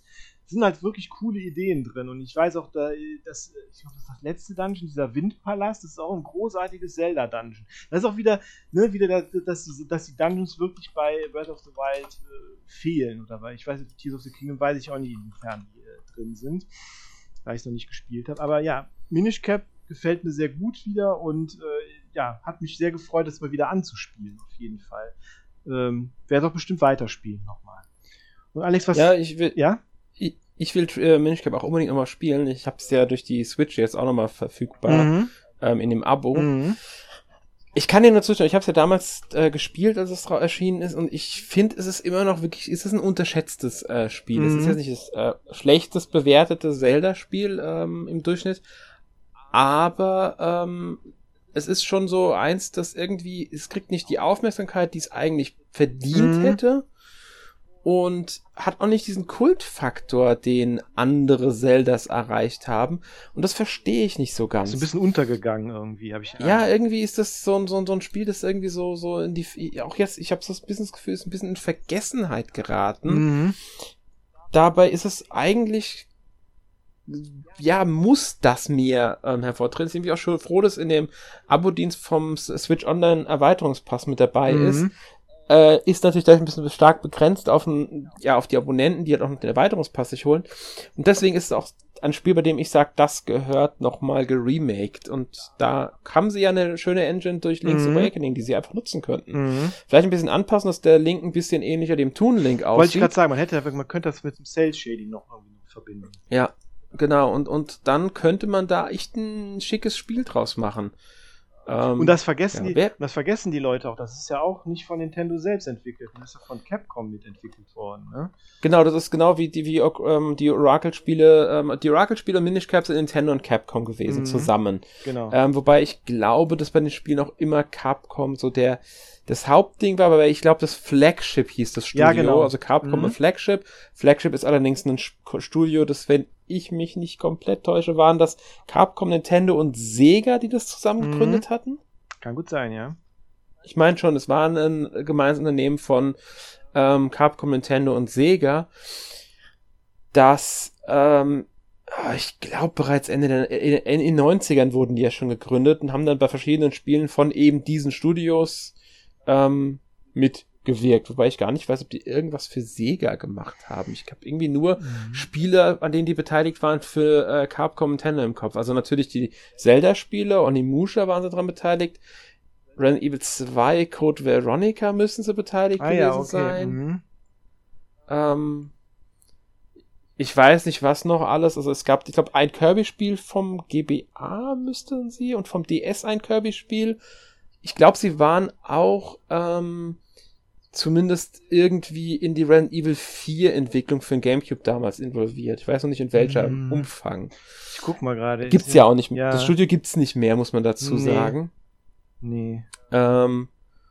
sind halt wirklich coole Ideen drin. Und ich weiß auch, da, dass, ich glaube, das ist das letzte Dungeon, dieser Windpalast, das ist auch ein großartiges Zelda-Dungeon. Das ist auch wieder, ne, wieder, dass, dass, die, dass die Dungeons wirklich bei Breath of the Wild äh, fehlen. Oder bei, ich weiß nicht, Tears of the Kingdom weiß ich auch nicht, inwiefern die äh, drin sind, weil ich es noch nicht gespielt habe. Aber ja, Minish Cap gefällt mir sehr gut wieder und äh, ja, hat mich sehr gefreut, das mal wieder anzuspielen, auf jeden Fall. Ähm, werde doch bestimmt weiterspielen nochmal. Und Alex, was... Ja, ich will... Ja? Ich, ich will äh, Minish Cap auch unbedingt nochmal spielen. Ich habe es ja durch die Switch jetzt auch nochmal verfügbar Mhm. ähm, in dem Abo. Mhm. Ich kann dir nur zustimmen, ich habe es ja damals äh, gespielt, als es erschienen ist, und ich finde, es ist immer noch wirklich, es ist ein unterschätztes äh, Spiel. Mhm. Es ist jetzt nicht das äh, schlechtest bewertete Zelda-Spiel ähm, im Durchschnitt, aber ähm, es ist schon so eins, das irgendwie, es kriegt nicht die Aufmerksamkeit, die es eigentlich verdient Mhm. hätte, und hat auch nicht diesen Kultfaktor, den andere Zeldas erreicht haben, und das verstehe ich nicht so ganz. Ist ein bisschen untergegangen irgendwie, habe ich. Ja, irgendwie ist das so ein, so ein, so ein Spiel, das irgendwie so, so in die, auch jetzt, ich habe so ein bisschen das Gefühl, ist ein bisschen in Vergessenheit geraten. Mhm. Dabei ist es eigentlich, ja, muss das mehr ähm, hervortreten. Sind wir auch schon froh, dass in dem Abo-Dienst vom Switch Online Erweiterungspass mit dabei Mhm. ist. Äh, ist natürlich gleich ein bisschen stark begrenzt auf, ein, ja, auf die Abonnenten, die halt auch noch den Erweiterungspass sich holen. Und deswegen ist es auch ein Spiel, bei dem ich sage, das gehört nochmal geremaked. Und da haben sie ja eine schöne Engine durch Link's Mhm. Awakening, die sie einfach nutzen könnten. Mhm. Vielleicht ein bisschen anpassen, dass der Link ein bisschen ähnlicher dem Toon-Link aussieht. Wollte ich gerade sagen, man hätte, man könnte das mit dem Cell-Shading noch irgendwie verbinden. Ja, genau. Und, und dann könnte man da echt ein schickes Spiel draus machen. Ähm, Und das vergessen, ja, die, wer- das vergessen die Leute auch. Das ist ja auch nicht von Nintendo selbst entwickelt. Das ist ja von Capcom mitentwickelt worden. Ne? Genau, das ist genau wie die, wie ähm, die Oracle-Spiele, ähm, die Oracle-Spiele und Minish Cap sind Nintendo und Capcom gewesen, Mhm. zusammen. Genau. Ähm, wobei ich glaube, dass bei den Spielen auch immer Capcom so der das Hauptding war, aber ich glaube, das Flagship hieß das Studio. Ja, genau. Also Capcom Mhm. und Flagship. Flagship ist allerdings ein Sch- Studio, das, wenn ich mich nicht komplett täusche, waren das Capcom, Nintendo und Sega, die das zusammen Mhm. gegründet hatten. Kann gut sein, ja. Ich meine schon, es war ein gemeinsames Unternehmen von ähm, Capcom, Nintendo und Sega, das ähm, ich glaube bereits Ende der in, in den neunzigern wurden die ja schon gegründet und haben dann bei verschiedenen Spielen von eben diesen Studios ähm, mitgewirkt, wobei ich gar nicht weiß, ob die irgendwas für Sega gemacht haben. Ich habe irgendwie nur Mhm. Spiele, an denen die beteiligt waren, für äh, Capcom und Nintendo im Kopf. Also natürlich die Zelda-Spiele, Onimusha waren sie dran beteiligt, Resident Evil zwei, Code Veronica müssen sie beteiligt Ah gewesen ja, okay. sein. Mhm. Ähm, ich weiß nicht, was noch alles. Also es gab, ich glaube, ein Kirby-Spiel vom G B A müssten sie und vom D S ein Kirby-Spiel. Ich glaube, sie waren auch ähm, zumindest irgendwie in die Resident Evil vier Entwicklung für den GameCube damals involviert. Ich weiß noch nicht, in welcher Mhm. Umfang. Ich guck mal gerade. Gibt's Ist- ja auch nicht mehr. Ja. Das Studio gibt's nicht mehr, muss man dazu Nee. sagen. Nee. Ähm,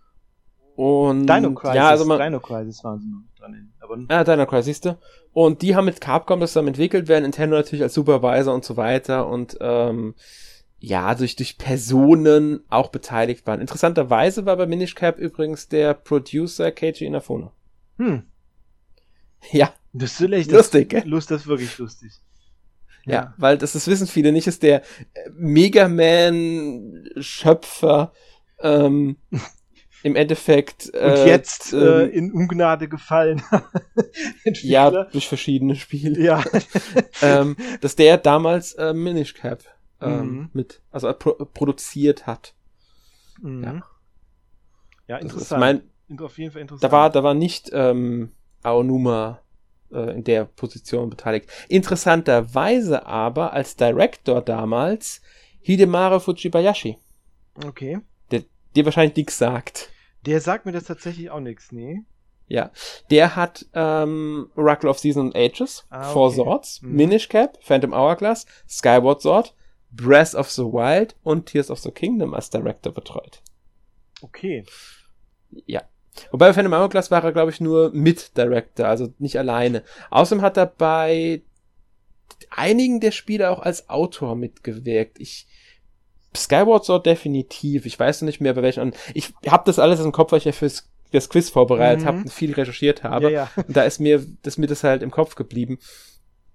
und Dino Crisis. ja, also man, Dino Crisis waren sie noch dran. Aber Ah, Dino Crisis, siehst du? Und die haben mit Capcom das zusammen entwickelt, werden Nintendo natürlich als Supervisor und so weiter und ähm, ja, durch, durch Personen auch beteiligt waren. Interessanterweise war bei Minish Cap übrigens der Producer Keiji Inafune. hm, Ja, das ist echt lustig, gell? das, Lust, das ist wirklich lustig. Ja, weil das, das wissen viele nicht, ist der äh, Mega Man Schöpfer ähm, im Endeffekt Und äh, jetzt äh, ähm, in Ungnade gefallen. ja, Entwickler. durch verschiedene Spiele. Ja. ähm, dass der damals äh, Minish Cap ähm, Mhm. mit, also äh, pro produziert hat. Mhm. Ja. Ja, Das ist interessant. mein, In- Auf jeden Fall interessant. da war, da war nicht ähm, Aonuma äh, in der Position beteiligt. Interessanterweise aber als Director damals Hidemaro Fujibayashi, Okay. der dir wahrscheinlich nichts sagt. Der sagt mir das tatsächlich auch nichts, nee. Ja, der hat ähm, Oracle of Season and Ages, Ah, Four okay. Swords, Mhm. Minish Cap, Phantom Hourglass, Skyward Sword, Breath of the Wild und Tears of the Kingdom als Director betreut. Okay. Ja. Wobei bei Phantom Hourglass war er, glaube ich, nur mit Director, also nicht alleine. Außerdem hat er bei einigen der Spiele auch als Autor mitgewirkt. Ich Skyward Sword definitiv. Ich weiß noch nicht mehr, bei welchen. Und ich habe das alles im Kopf, weil ich ja fürs das Quiz vorbereitet Mhm. habe und viel recherchiert habe. Ja, ja. Und da ist mir, das mir das halt im Kopf geblieben.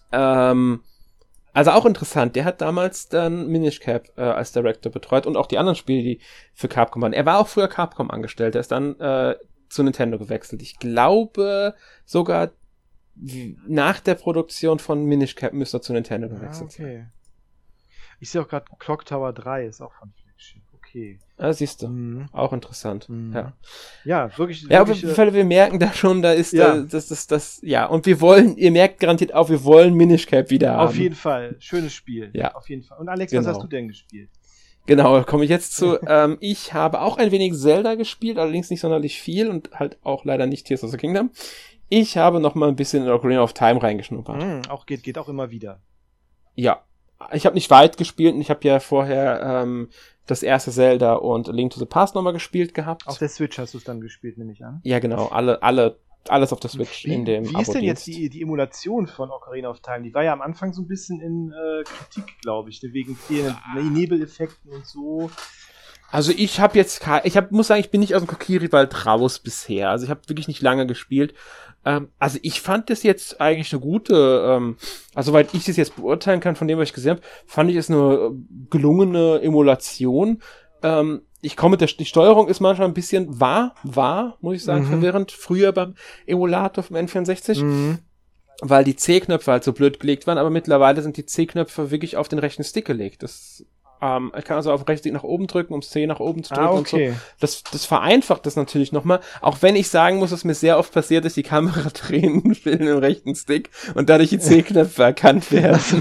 Ähm, also auch interessant, der hat damals dann Minish Cap äh, als Director betreut und auch die anderen Spiele, die für Capcom waren. Er war auch früher Capcom angestellt, er ist dann äh, zu Nintendo gewechselt. Ich glaube sogar nach der Produktion von Minish Cap müsste er zu Nintendo gewechselt ah, okay. sein. Ich sehe auch gerade Clock Tower drei ist auch von Flagship. Okay. Ah, siehst du. Mhm. Auch interessant. Mhm. Ja. Ja, wirklich. Ja, aber wirklich, wir, wir merken da schon, da ist ja. da, das, das, das, ja, und wir wollen, ihr merkt garantiert auch, wir wollen Minish Cap wieder haben. Auf jeden Fall. Schönes Spiel. Ja. Auf jeden Fall. Und Alex, Genau. was hast du denn gespielt? Genau, komme ich jetzt zu. ähm, ich habe auch ein wenig Zelda gespielt, allerdings nicht sonderlich viel und halt auch leider nicht Tears of the Kingdom. Ich habe noch mal ein bisschen in Ocarina of Time reingeschnuppert. Mhm, auch geht, geht auch immer wieder. Ja, ich habe nicht weit gespielt und ich habe ja vorher ähm, das erste Zelda und A Link to the Past nochmal gespielt gehabt. Auf der Switch hast du es dann gespielt, nehme ich an. Ja, genau, alle, alle, alles auf der Switch Wie, in dem wie ist denn jetzt Abo-Dienst. die, die Emulation von Ocarina of Time? Die war ja am Anfang so ein bisschen in äh, Kritik, glaube ich, wegen fehlenden Nebeleffekten und so. Also ich habe jetzt, ich hab, muss sagen, ich bin nicht aus dem Kokiri-Wald raus bisher. Also ich habe wirklich nicht lange gespielt. Ähm, also ich fand das jetzt eigentlich eine gute, ähm, also soweit ich das jetzt beurteilen kann von dem, was ich gesehen habe, fand ich es eine gelungene Emulation. Ähm, ich komme mit der, die Steuerung ist manchmal ein bisschen, war, war, muss ich sagen, Mhm. verwirrend. Früher beim Emulator vom N vierundsechzig. Mhm. Weil die C-Knöpfe halt so blöd gelegt waren, aber mittlerweile sind die C-Knöpfe wirklich auf den rechten Stick gelegt. Das, ähm, ich kann also auf den rechten Stick nach oben drücken, um C nach oben zu drücken Ah, und so. okay. Das, das vereinfacht das natürlich nochmal, auch wenn ich sagen muss, dass mir sehr oft passiert, dass die Kamera drehen will im rechten Stick und dadurch die C-Knöpfe erkannt werden.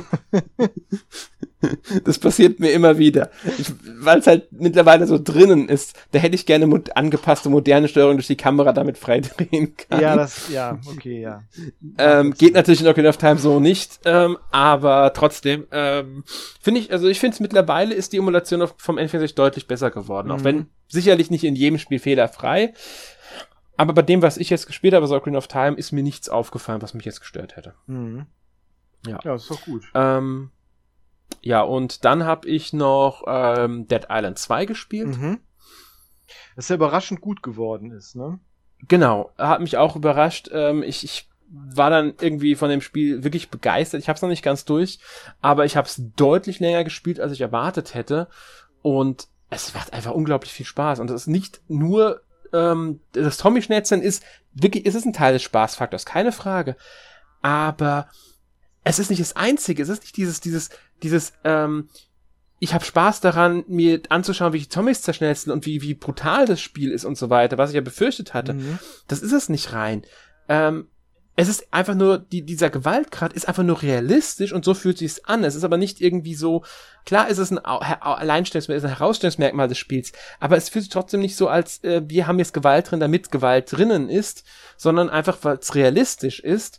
Das passiert mir immer wieder. Weil es halt mittlerweile so drinnen ist, da hätte ich gerne mo- angepasste, moderne Steuerung durch die Kamera damit frei drehen kann. Ja, das, ja, okay, ja. Ähm, geht natürlich in Ocarina of Time so nicht, ähm, aber trotzdem, ähm, finde ich, also ich finde es mittlerweile ist die Emulation auf, vom N vierundsechzig deutlich besser geworden, auch Mhm. wenn sicherlich nicht in jedem Spiel fehlerfrei, aber bei dem, was ich jetzt gespielt habe, also Ocarina of Time, ist mir nichts aufgefallen, was mich jetzt gestört hätte. Mhm. Ja. Ja, ist doch gut. Ähm, ja, und dann habe ich noch ähm, Dead Island zwei gespielt. Mhm. Dass er überraschend gut geworden ist, ne? Genau, hat mich auch überrascht. Ähm, ich, ich war dann irgendwie von dem Spiel wirklich begeistert. Ich habe es noch nicht ganz durch, aber ich habe es deutlich länger gespielt, als ich erwartet hätte. Und es macht einfach unglaublich viel Spaß. Und es ist nicht nur ähm, das Tommy-Schnetzeln ist wirklich, es ist ein Teil des Spaßfaktors, keine Frage. Aber es ist nicht das Einzige. Es ist nicht dieses, dieses, dieses, ähm, ich habe Spaß daran, mir anzuschauen, wie ich Zombies zerschnetzel und wie, wie brutal das Spiel ist und so weiter, was ich ja befürchtet hatte. Mhm. Das ist es nicht rein. Ähm, es ist einfach nur, die, dieser Gewaltgrad ist einfach nur realistisch und so fühlt sich's an. Es ist aber nicht irgendwie so, klar ist es ein Au- Her- Alleinstellungsmerkmal, ist ein Herausstellungsmerkmal des Spiels, aber es fühlt sich trotzdem nicht so, als äh, wir haben jetzt Gewalt drin, damit Gewalt drinnen ist, sondern einfach, weil es realistisch ist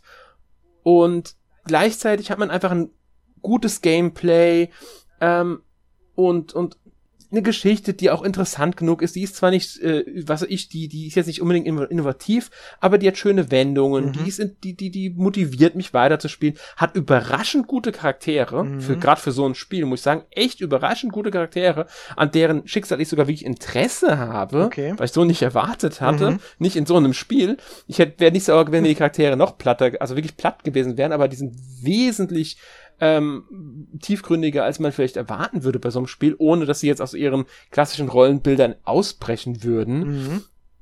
und gleichzeitig hat man einfach ein gutes Gameplay, ähm, und, und eine Geschichte, die auch interessant genug ist. Die ist zwar nicht, äh, was weiß ich, die, die ist jetzt nicht unbedingt inno- innovativ, aber die hat schöne Wendungen, Mhm. die ist, in- die, die, die motiviert mich weiterzuspielen, hat überraschend gute Charaktere, Mhm. für, gerade für so ein Spiel, muss ich sagen, echt überraschend gute Charaktere, an deren Schicksal ich sogar wirklich Interesse habe, Okay. weil ich so nicht erwartet hatte, Mhm. nicht in so einem Spiel. Ich hätte, wäre nicht sauer gewesen, wenn die Charaktere noch platter, also wirklich platt gewesen wären, aber die sind wesentlich ähm, tiefgründiger, als man vielleicht erwarten würde bei so einem Spiel, ohne dass sie jetzt aus ihren klassischen Rollenbildern ausbrechen würden. Mhm.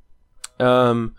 Ähm,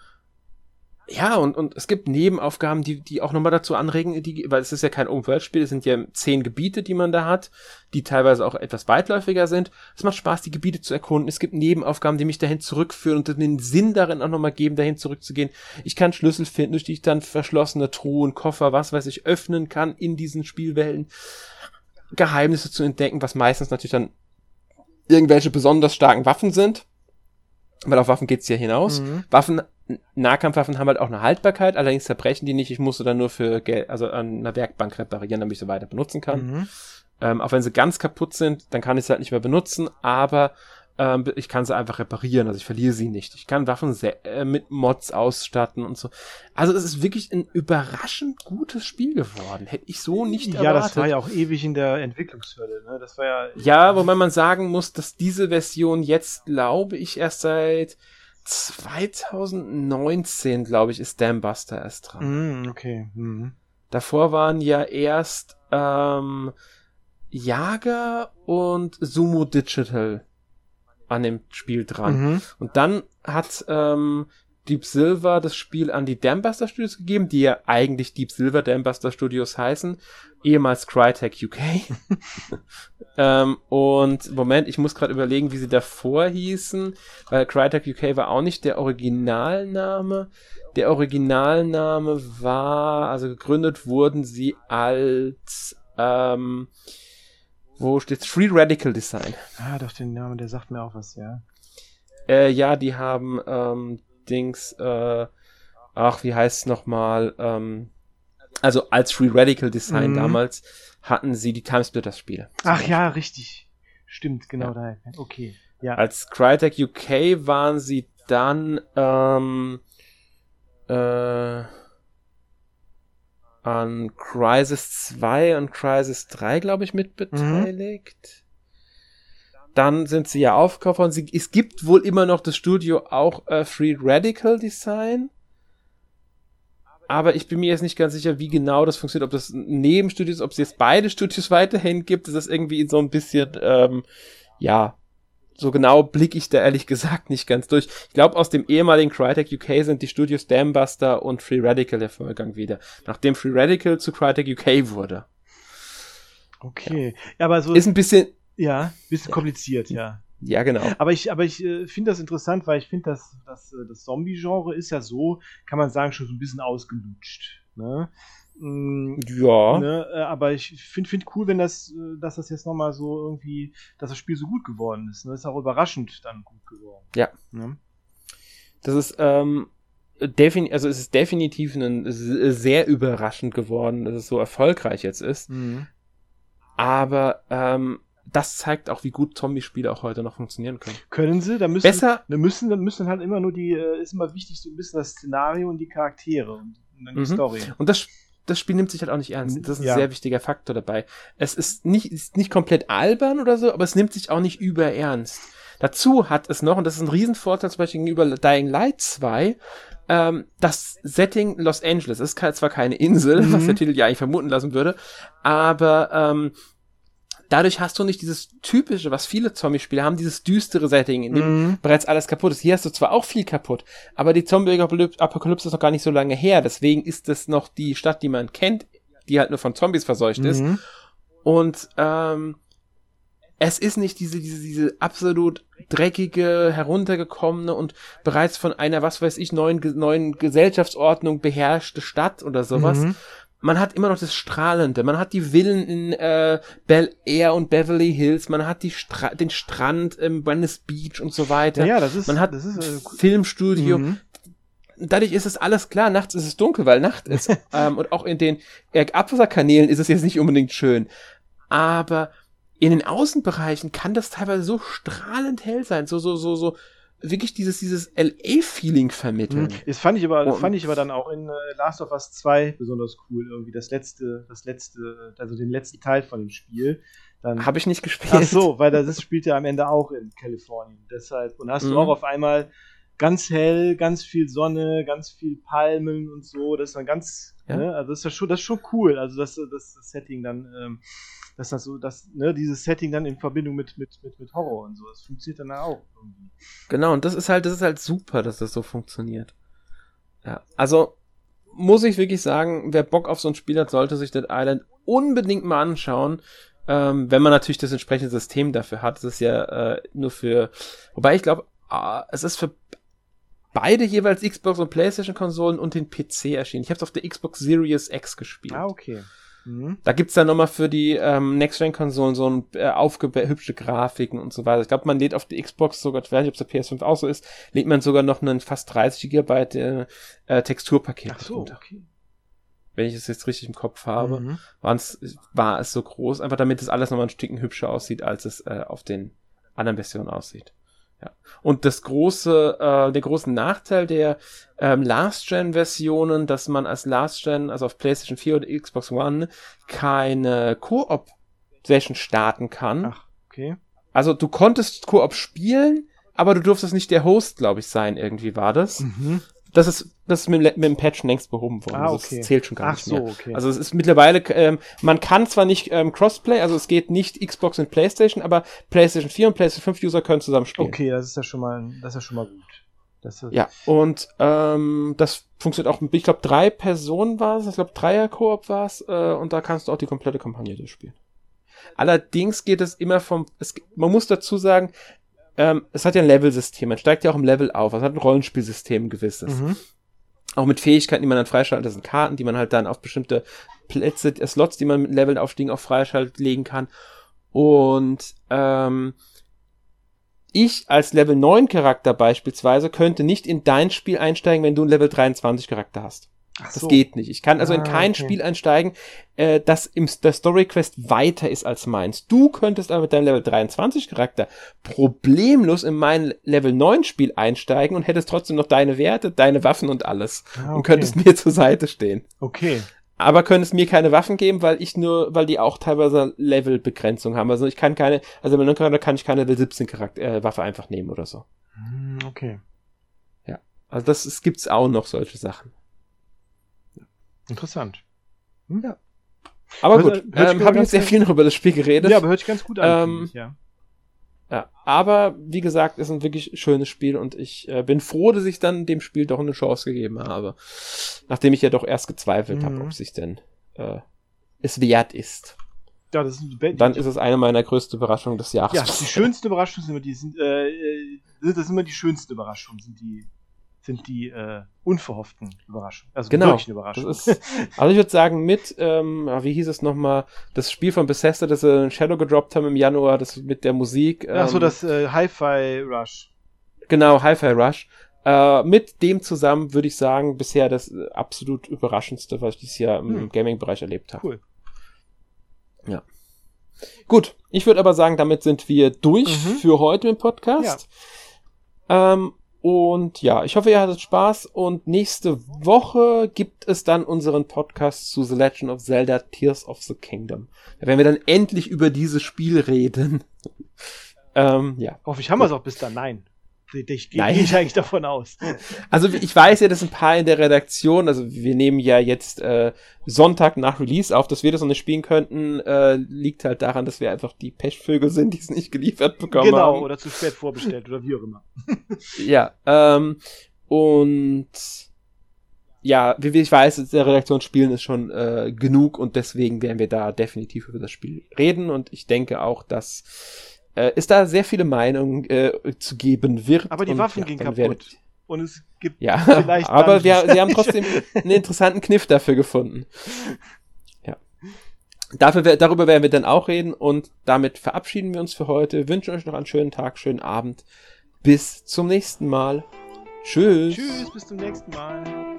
ja, und, und es gibt Nebenaufgaben, die, die auch nochmal dazu anregen, die, weil es ist ja kein Open-World-Spiel, es sind ja zehn Gebiete, die man da hat, die teilweise auch etwas weitläufiger sind. Es macht Spaß, die Gebiete zu erkunden. Es gibt Nebenaufgaben, die mich dahin zurückführen und den Sinn darin auch nochmal geben, dahin zurückzugehen. Ich kann Schlüssel finden, durch die ich dann verschlossene Truhen, Koffer, was weiß ich, öffnen kann in diesen Spielwelten. Geheimnisse zu entdecken, was meistens natürlich dann irgendwelche besonders starken Waffen sind. Weil auf Waffen geht's ja hinaus. Mhm. Waffen, Nahkampfwaffen haben halt auch eine Haltbarkeit, allerdings zerbrechen die nicht. Ich musste dann nur für Geld, also an einer Werkbank reparieren, damit ich sie weiter benutzen kann. Mhm. Ähm, auch wenn sie ganz kaputt sind, dann kann ich sie halt nicht mehr benutzen, aber ähm, ich kann sie einfach reparieren, also ich verliere sie nicht. Ich kann Waffen se- äh, mit Mods ausstatten und so. Also es ist wirklich ein überraschend gutes Spiel geworden. Hätte ich so nicht Ja, erwartet. das war ja auch ewig in der Entwicklungshölle, ne? Das war ja. Ja, wobei man sagen muss, dass diese Version jetzt, glaube ich, erst seit zwanzig neunzehn, glaube ich, ist Dambuster erst dran. Mhm, okay. Mhm. Davor waren ja erst ähm, Jager und Sumo Digital an dem Spiel dran. Mhm. Und dann hat ähm, Deep Silver das Spiel an die Dambuster Studios gegeben, die ja eigentlich Deep Silver Dambuster Studios heißen, ehemals Crytek U K. ähm, und Moment, ich muss gerade überlegen, wie sie davor hießen, weil Crytek U K war auch nicht der Originalname. Der Originalname war, also gegründet wurden sie als ähm, wo steht Free Radical Design. Ah, doch, den Namen, der sagt mir auch was, ja. Äh, ja, die haben ähm, Dings, äh, ach, wie heißt es nochmal, ähm, also als Free Radical Design Mhm. damals hatten sie die Timesplitters-Spiele. Ach ja, richtig. Stimmt, genau Ja. daher. Okay, ja. Als Crytek U K waren sie dann ähm, äh, an Crysis zwei und Crysis drei, glaube ich, mit beteiligt. Dann sind sie ja aufgekauft worden. Sie, es gibt wohl immer noch das Studio auch äh, Free Radical Design. Aber ich bin mir jetzt nicht ganz sicher, wie genau das funktioniert. Ob das Nebenstudio ist, ob es jetzt beide Studios weiterhin gibt. Das ist irgendwie so ein bisschen, ähm, ja, so genau blicke ich da ehrlich gesagt nicht ganz durch. Ich glaube, aus dem ehemaligen Crytek U K sind die Studios Dambuster und Free Radical der Vorgang wieder. Nachdem Free Radical zu Crytek U K wurde. Okay. Ja, aber so Ist ein bisschen, ja, bisschen Ja. kompliziert, ja. ja genau. Aber ich, aber ich äh, finde das interessant, weil ich finde, dass, dass äh, das Zombie-Genre ist ja so, kann man sagen, schon so ein bisschen ausgelutscht. Ne? Mm, Ja. ne? äh, Aber ich finde find cool, wenn das, äh, dass das jetzt nochmal so irgendwie, dass das Spiel so gut geworden ist. Ne? Ist auch überraschend dann gut geworden. Ja. Ne? Das ist, ähm, defin- also es ist definitiv ein, s- sehr überraschend geworden, dass es so erfolgreich jetzt ist. Mhm. Aber ähm, das zeigt auch, wie gut Zombie-Spiele auch heute noch funktionieren können. Können sie, da müssen, Besser, da müssen, dann müssen halt immer nur die, äh, ist immer wichtig, so ein bisschen das Szenario und die Charaktere und, und dann die Mhm. Story. und das, das Spiel nimmt sich halt auch nicht ernst. Das ist ein Ja. sehr wichtiger Faktor dabei. Es ist nicht, ist nicht komplett albern oder so, aber es nimmt sich auch nicht überernst. Dazu hat es noch, und das ist ein Riesenvorteil zum Beispiel gegenüber Dying Light zwei, ähm, das Setting Los Angeles ist ke- zwar keine Insel, Mhm. was der Titel ja eigentlich vermuten lassen würde, aber ähm, dadurch hast du nicht dieses typische, was viele Zombie-Spiele haben, dieses düstere Setting, in dem Mhm. bereits alles kaputt ist. Hier hast du zwar auch viel kaputt, aber die Zombie-Apokalypse ist noch gar nicht so lange her, deswegen ist das noch die Stadt, die man kennt, die halt nur von Zombies verseucht ist. Mhm. Und ähm, es ist nicht diese, diese, diese absolut dreckige, heruntergekommene und bereits von einer, was weiß ich, neuen, ge- neuen Gesellschaftsordnung beherrschte Stadt oder sowas. Mhm. Man hat immer noch das Strahlende. Man hat die Villen in äh, Bel Air und Beverly Hills. Man hat die Stra- den Strand im Venice Beach und so weiter. Ja, ja, das ist, Man hat das ist, äh, Filmstudio. mhm. Dadurch ist es alles klar. Nachts ist es dunkel, weil Nacht ist. ähm, und auch in den äh, Abwasserkanälen ist es jetzt nicht unbedingt schön. Aber in den Außenbereichen kann das teilweise so strahlend hell sein. So, so, so, so wirklich dieses, dieses L A-Feeling vermitteln. Mhm. Das fand ich aber, das Und- fand ich aber dann auch in äh, Last of Us zwei besonders cool, irgendwie das letzte, das letzte, also den letzten Teil von dem Spiel. Dann, Habe ich nicht gespielt. ach so, weil das spielt ja am Ende auch in Kalifornien. Deshalb, und hast Mhm. du auch auf einmal ganz hell, ganz viel Sonne, ganz viel Palmen und so. Das ist dann ganz, Ja. ne, also das ist ja schon, das ist schon cool. Also das, das, das Setting dann, ähm, dass das so, das, ne, dieses Setting dann in Verbindung mit, mit, mit, mit Horror und so. Das funktioniert dann auch irgendwie. Genau, und das ist halt, das ist halt super, dass das so funktioniert. Ja, also muss ich wirklich sagen, wer Bock auf so ein Spiel hat, sollte sich Dead Island unbedingt mal anschauen. Ähm, wenn man natürlich das entsprechende System dafür hat. Es ist ja äh, nur für, wobei ich glaube, ah, es ist für beide jeweils Xbox und PlayStation-Konsolen und den P C erschienen. Ich habe es auf der Xbox Series X gespielt. Ah, okay. Mhm. Da gibt's dann nochmal für die ähm, Next-Gen-Konsolen so ein, äh, aufgehübschte Grafiken und so weiter. Ich glaube, man lädt auf die Xbox sogar, ich weiß nicht, ob es der P S fünf auch so ist, lädt man sogar noch einen fast dreißig Gigabyte äh, äh, Texturpaket Ach so, runter. okay. Wenn ich es jetzt richtig im Kopf habe, Mhm. waren's, war es so groß, einfach damit es alles nochmal ein Stückchen hübscher aussieht, als es äh, auf den anderen Versionen aussieht. Ja. Und das große, äh, der große Nachteil der ähm, Last-Gen-Versionen, dass man als Last-Gen, also auf PlayStation vier oder Xbox One, keine Koop-Session starten kann. Ach, okay. Also du konntest Koop spielen, aber du durftest nicht der Host, glaube ich, sein, irgendwie war das. Mhm. Das ist, das ist mit, dem- mit dem Patch längst behoben worden. Ah, Also okay. das zählt schon gar Ach nicht so, mehr. okay. Also es ist mittlerweile, ähm, man kann zwar nicht ähm, Crossplay, also es geht nicht Xbox und PlayStation, aber PlayStation vier und PlayStation fünf User können zusammen spielen. Okay, das ist ja schon mal, das ist ja schon mal gut. Das ist, Ja, und ähm, das funktioniert auch, ich glaube, drei Personen war es, ich glaube, Dreier-Koop war es, äh, und da kannst du auch die komplette Kampagne durchspielen. Allerdings geht es immer vom, es, man muss dazu sagen, ähm, es hat ja ein Level-System, man steigt ja auch im Level auf, es hat ein Rollenspielsystem ein gewisses. Mhm. Auch mit Fähigkeiten, die man dann freischaltet, das sind Karten, die man halt dann auf bestimmte Plätze, äh, Slots, die man mit Levelaufstiegen auch freischaltet, legen kann. Und ähm, ich als Level neun Charakter beispielsweise könnte nicht in dein Spiel einsteigen, wenn du einen Level dreiundzwanzig Charakter hast. Ach Das so. geht nicht. Ich kann also in Ah, kein okay. Spiel einsteigen, äh, das im der Story Quest weiter ist als meins. Du könntest aber mit deinem Level dreiundzwanzig Charakter problemlos in mein Level neun Spiel einsteigen und hättest trotzdem noch deine Werte, deine Waffen und alles. Ah, Und okay. könntest mir zur Seite stehen. Okay. Aber könntest mir keine Waffen geben, weil ich nur, weil die auch teilweise Levelbegrenzung haben. Also ich kann keine, also mit einem Charakter kann ich keine Level siebzehn Charakter, äh, Waffe einfach nehmen oder so. Hm, Okay. Ja. Also das, es gibt's auch noch solche Sachen. Interessant. Ja. Aber Hört- gut, hört sich ähm, aber habe ich ganz- jetzt sehr viel noch über das Spiel geredet. Ja, aber hört sich ganz gut an, Ähm, finde ich, ja. Ja, aber wie gesagt, ist ein wirklich schönes Spiel und ich äh, bin froh, dass ich dann dem Spiel doch eine Chance gegeben habe. Nachdem ich ja doch erst gezweifelt Mhm. habe, ob es sich denn äh, es wert ist. Ja, das ist, die, Dann ist es eine meiner größten Überraschungen des Jahres. ja, die schönsten Überraschungen sind immer die, sind, äh, äh, das sind immer die schönsten Überraschungen, sind die, sind die äh, unverhofften Überraschungen. Also Genau, wirklichen Überraschungen. Das ist, also ich würde sagen, mit, ähm, ja, wie hieß es nochmal, das Spiel von Bethesda, das sie in Shadow gedroppt haben im Januar, das mit der Musik. Ähm, Ach so, das äh, Hi-Fi Rush. Genau, Hi-Fi Rush. Äh, mit dem zusammen würde ich sagen, bisher das äh, absolut überraschendste, was ich dieses Jahr im Hm. Gaming-Bereich erlebt habe. Cool. Ja. Gut, ich würde aber sagen, damit sind wir durch Mhm. für heute im Podcast. Ähm, und ja, ich hoffe, ihr hattet Spaß und nächste Woche gibt es dann unseren Podcast zu The Legend of Zelda Tears of the Kingdom. Da werden wir dann endlich über dieses Spiel reden. ähm, ja. Hoffentlich haben wir es auch bis dann. Nein. Ich, ich gehe Nein. ich eigentlich davon aus. Also ich weiß ja, dass ein paar in der Redaktion, also wir nehmen ja jetzt äh, Sonntag nach Release auf, dass wir das noch nicht spielen könnten, äh, liegt halt daran, dass wir einfach die Pechvögel sind, die es nicht geliefert bekommen Genau, haben. oder zu spät vorbestellt oder wie auch immer. Ja, ähm, und ja, wie wie ich weiß, in der Redaktion spielen ist schon äh, genug und deswegen werden wir da definitiv über das Spiel reden und ich denke auch, dass äh, es da sehr viele Meinungen äh, zu geben wird. Aber die und, Waffen ja, gingen dann kaputt. werdet- Und es gibt Ja, vielleicht aber dann- wir, sie haben trotzdem einen interessanten Kniff dafür gefunden. Ja. Dafür, wer- darüber werden wir dann auch reden und damit verabschieden wir uns für heute. Wir wünschen euch noch einen schönen Tag, schönen Abend. Bis zum nächsten Mal. Tschüss. Tschüss, bis zum nächsten Mal.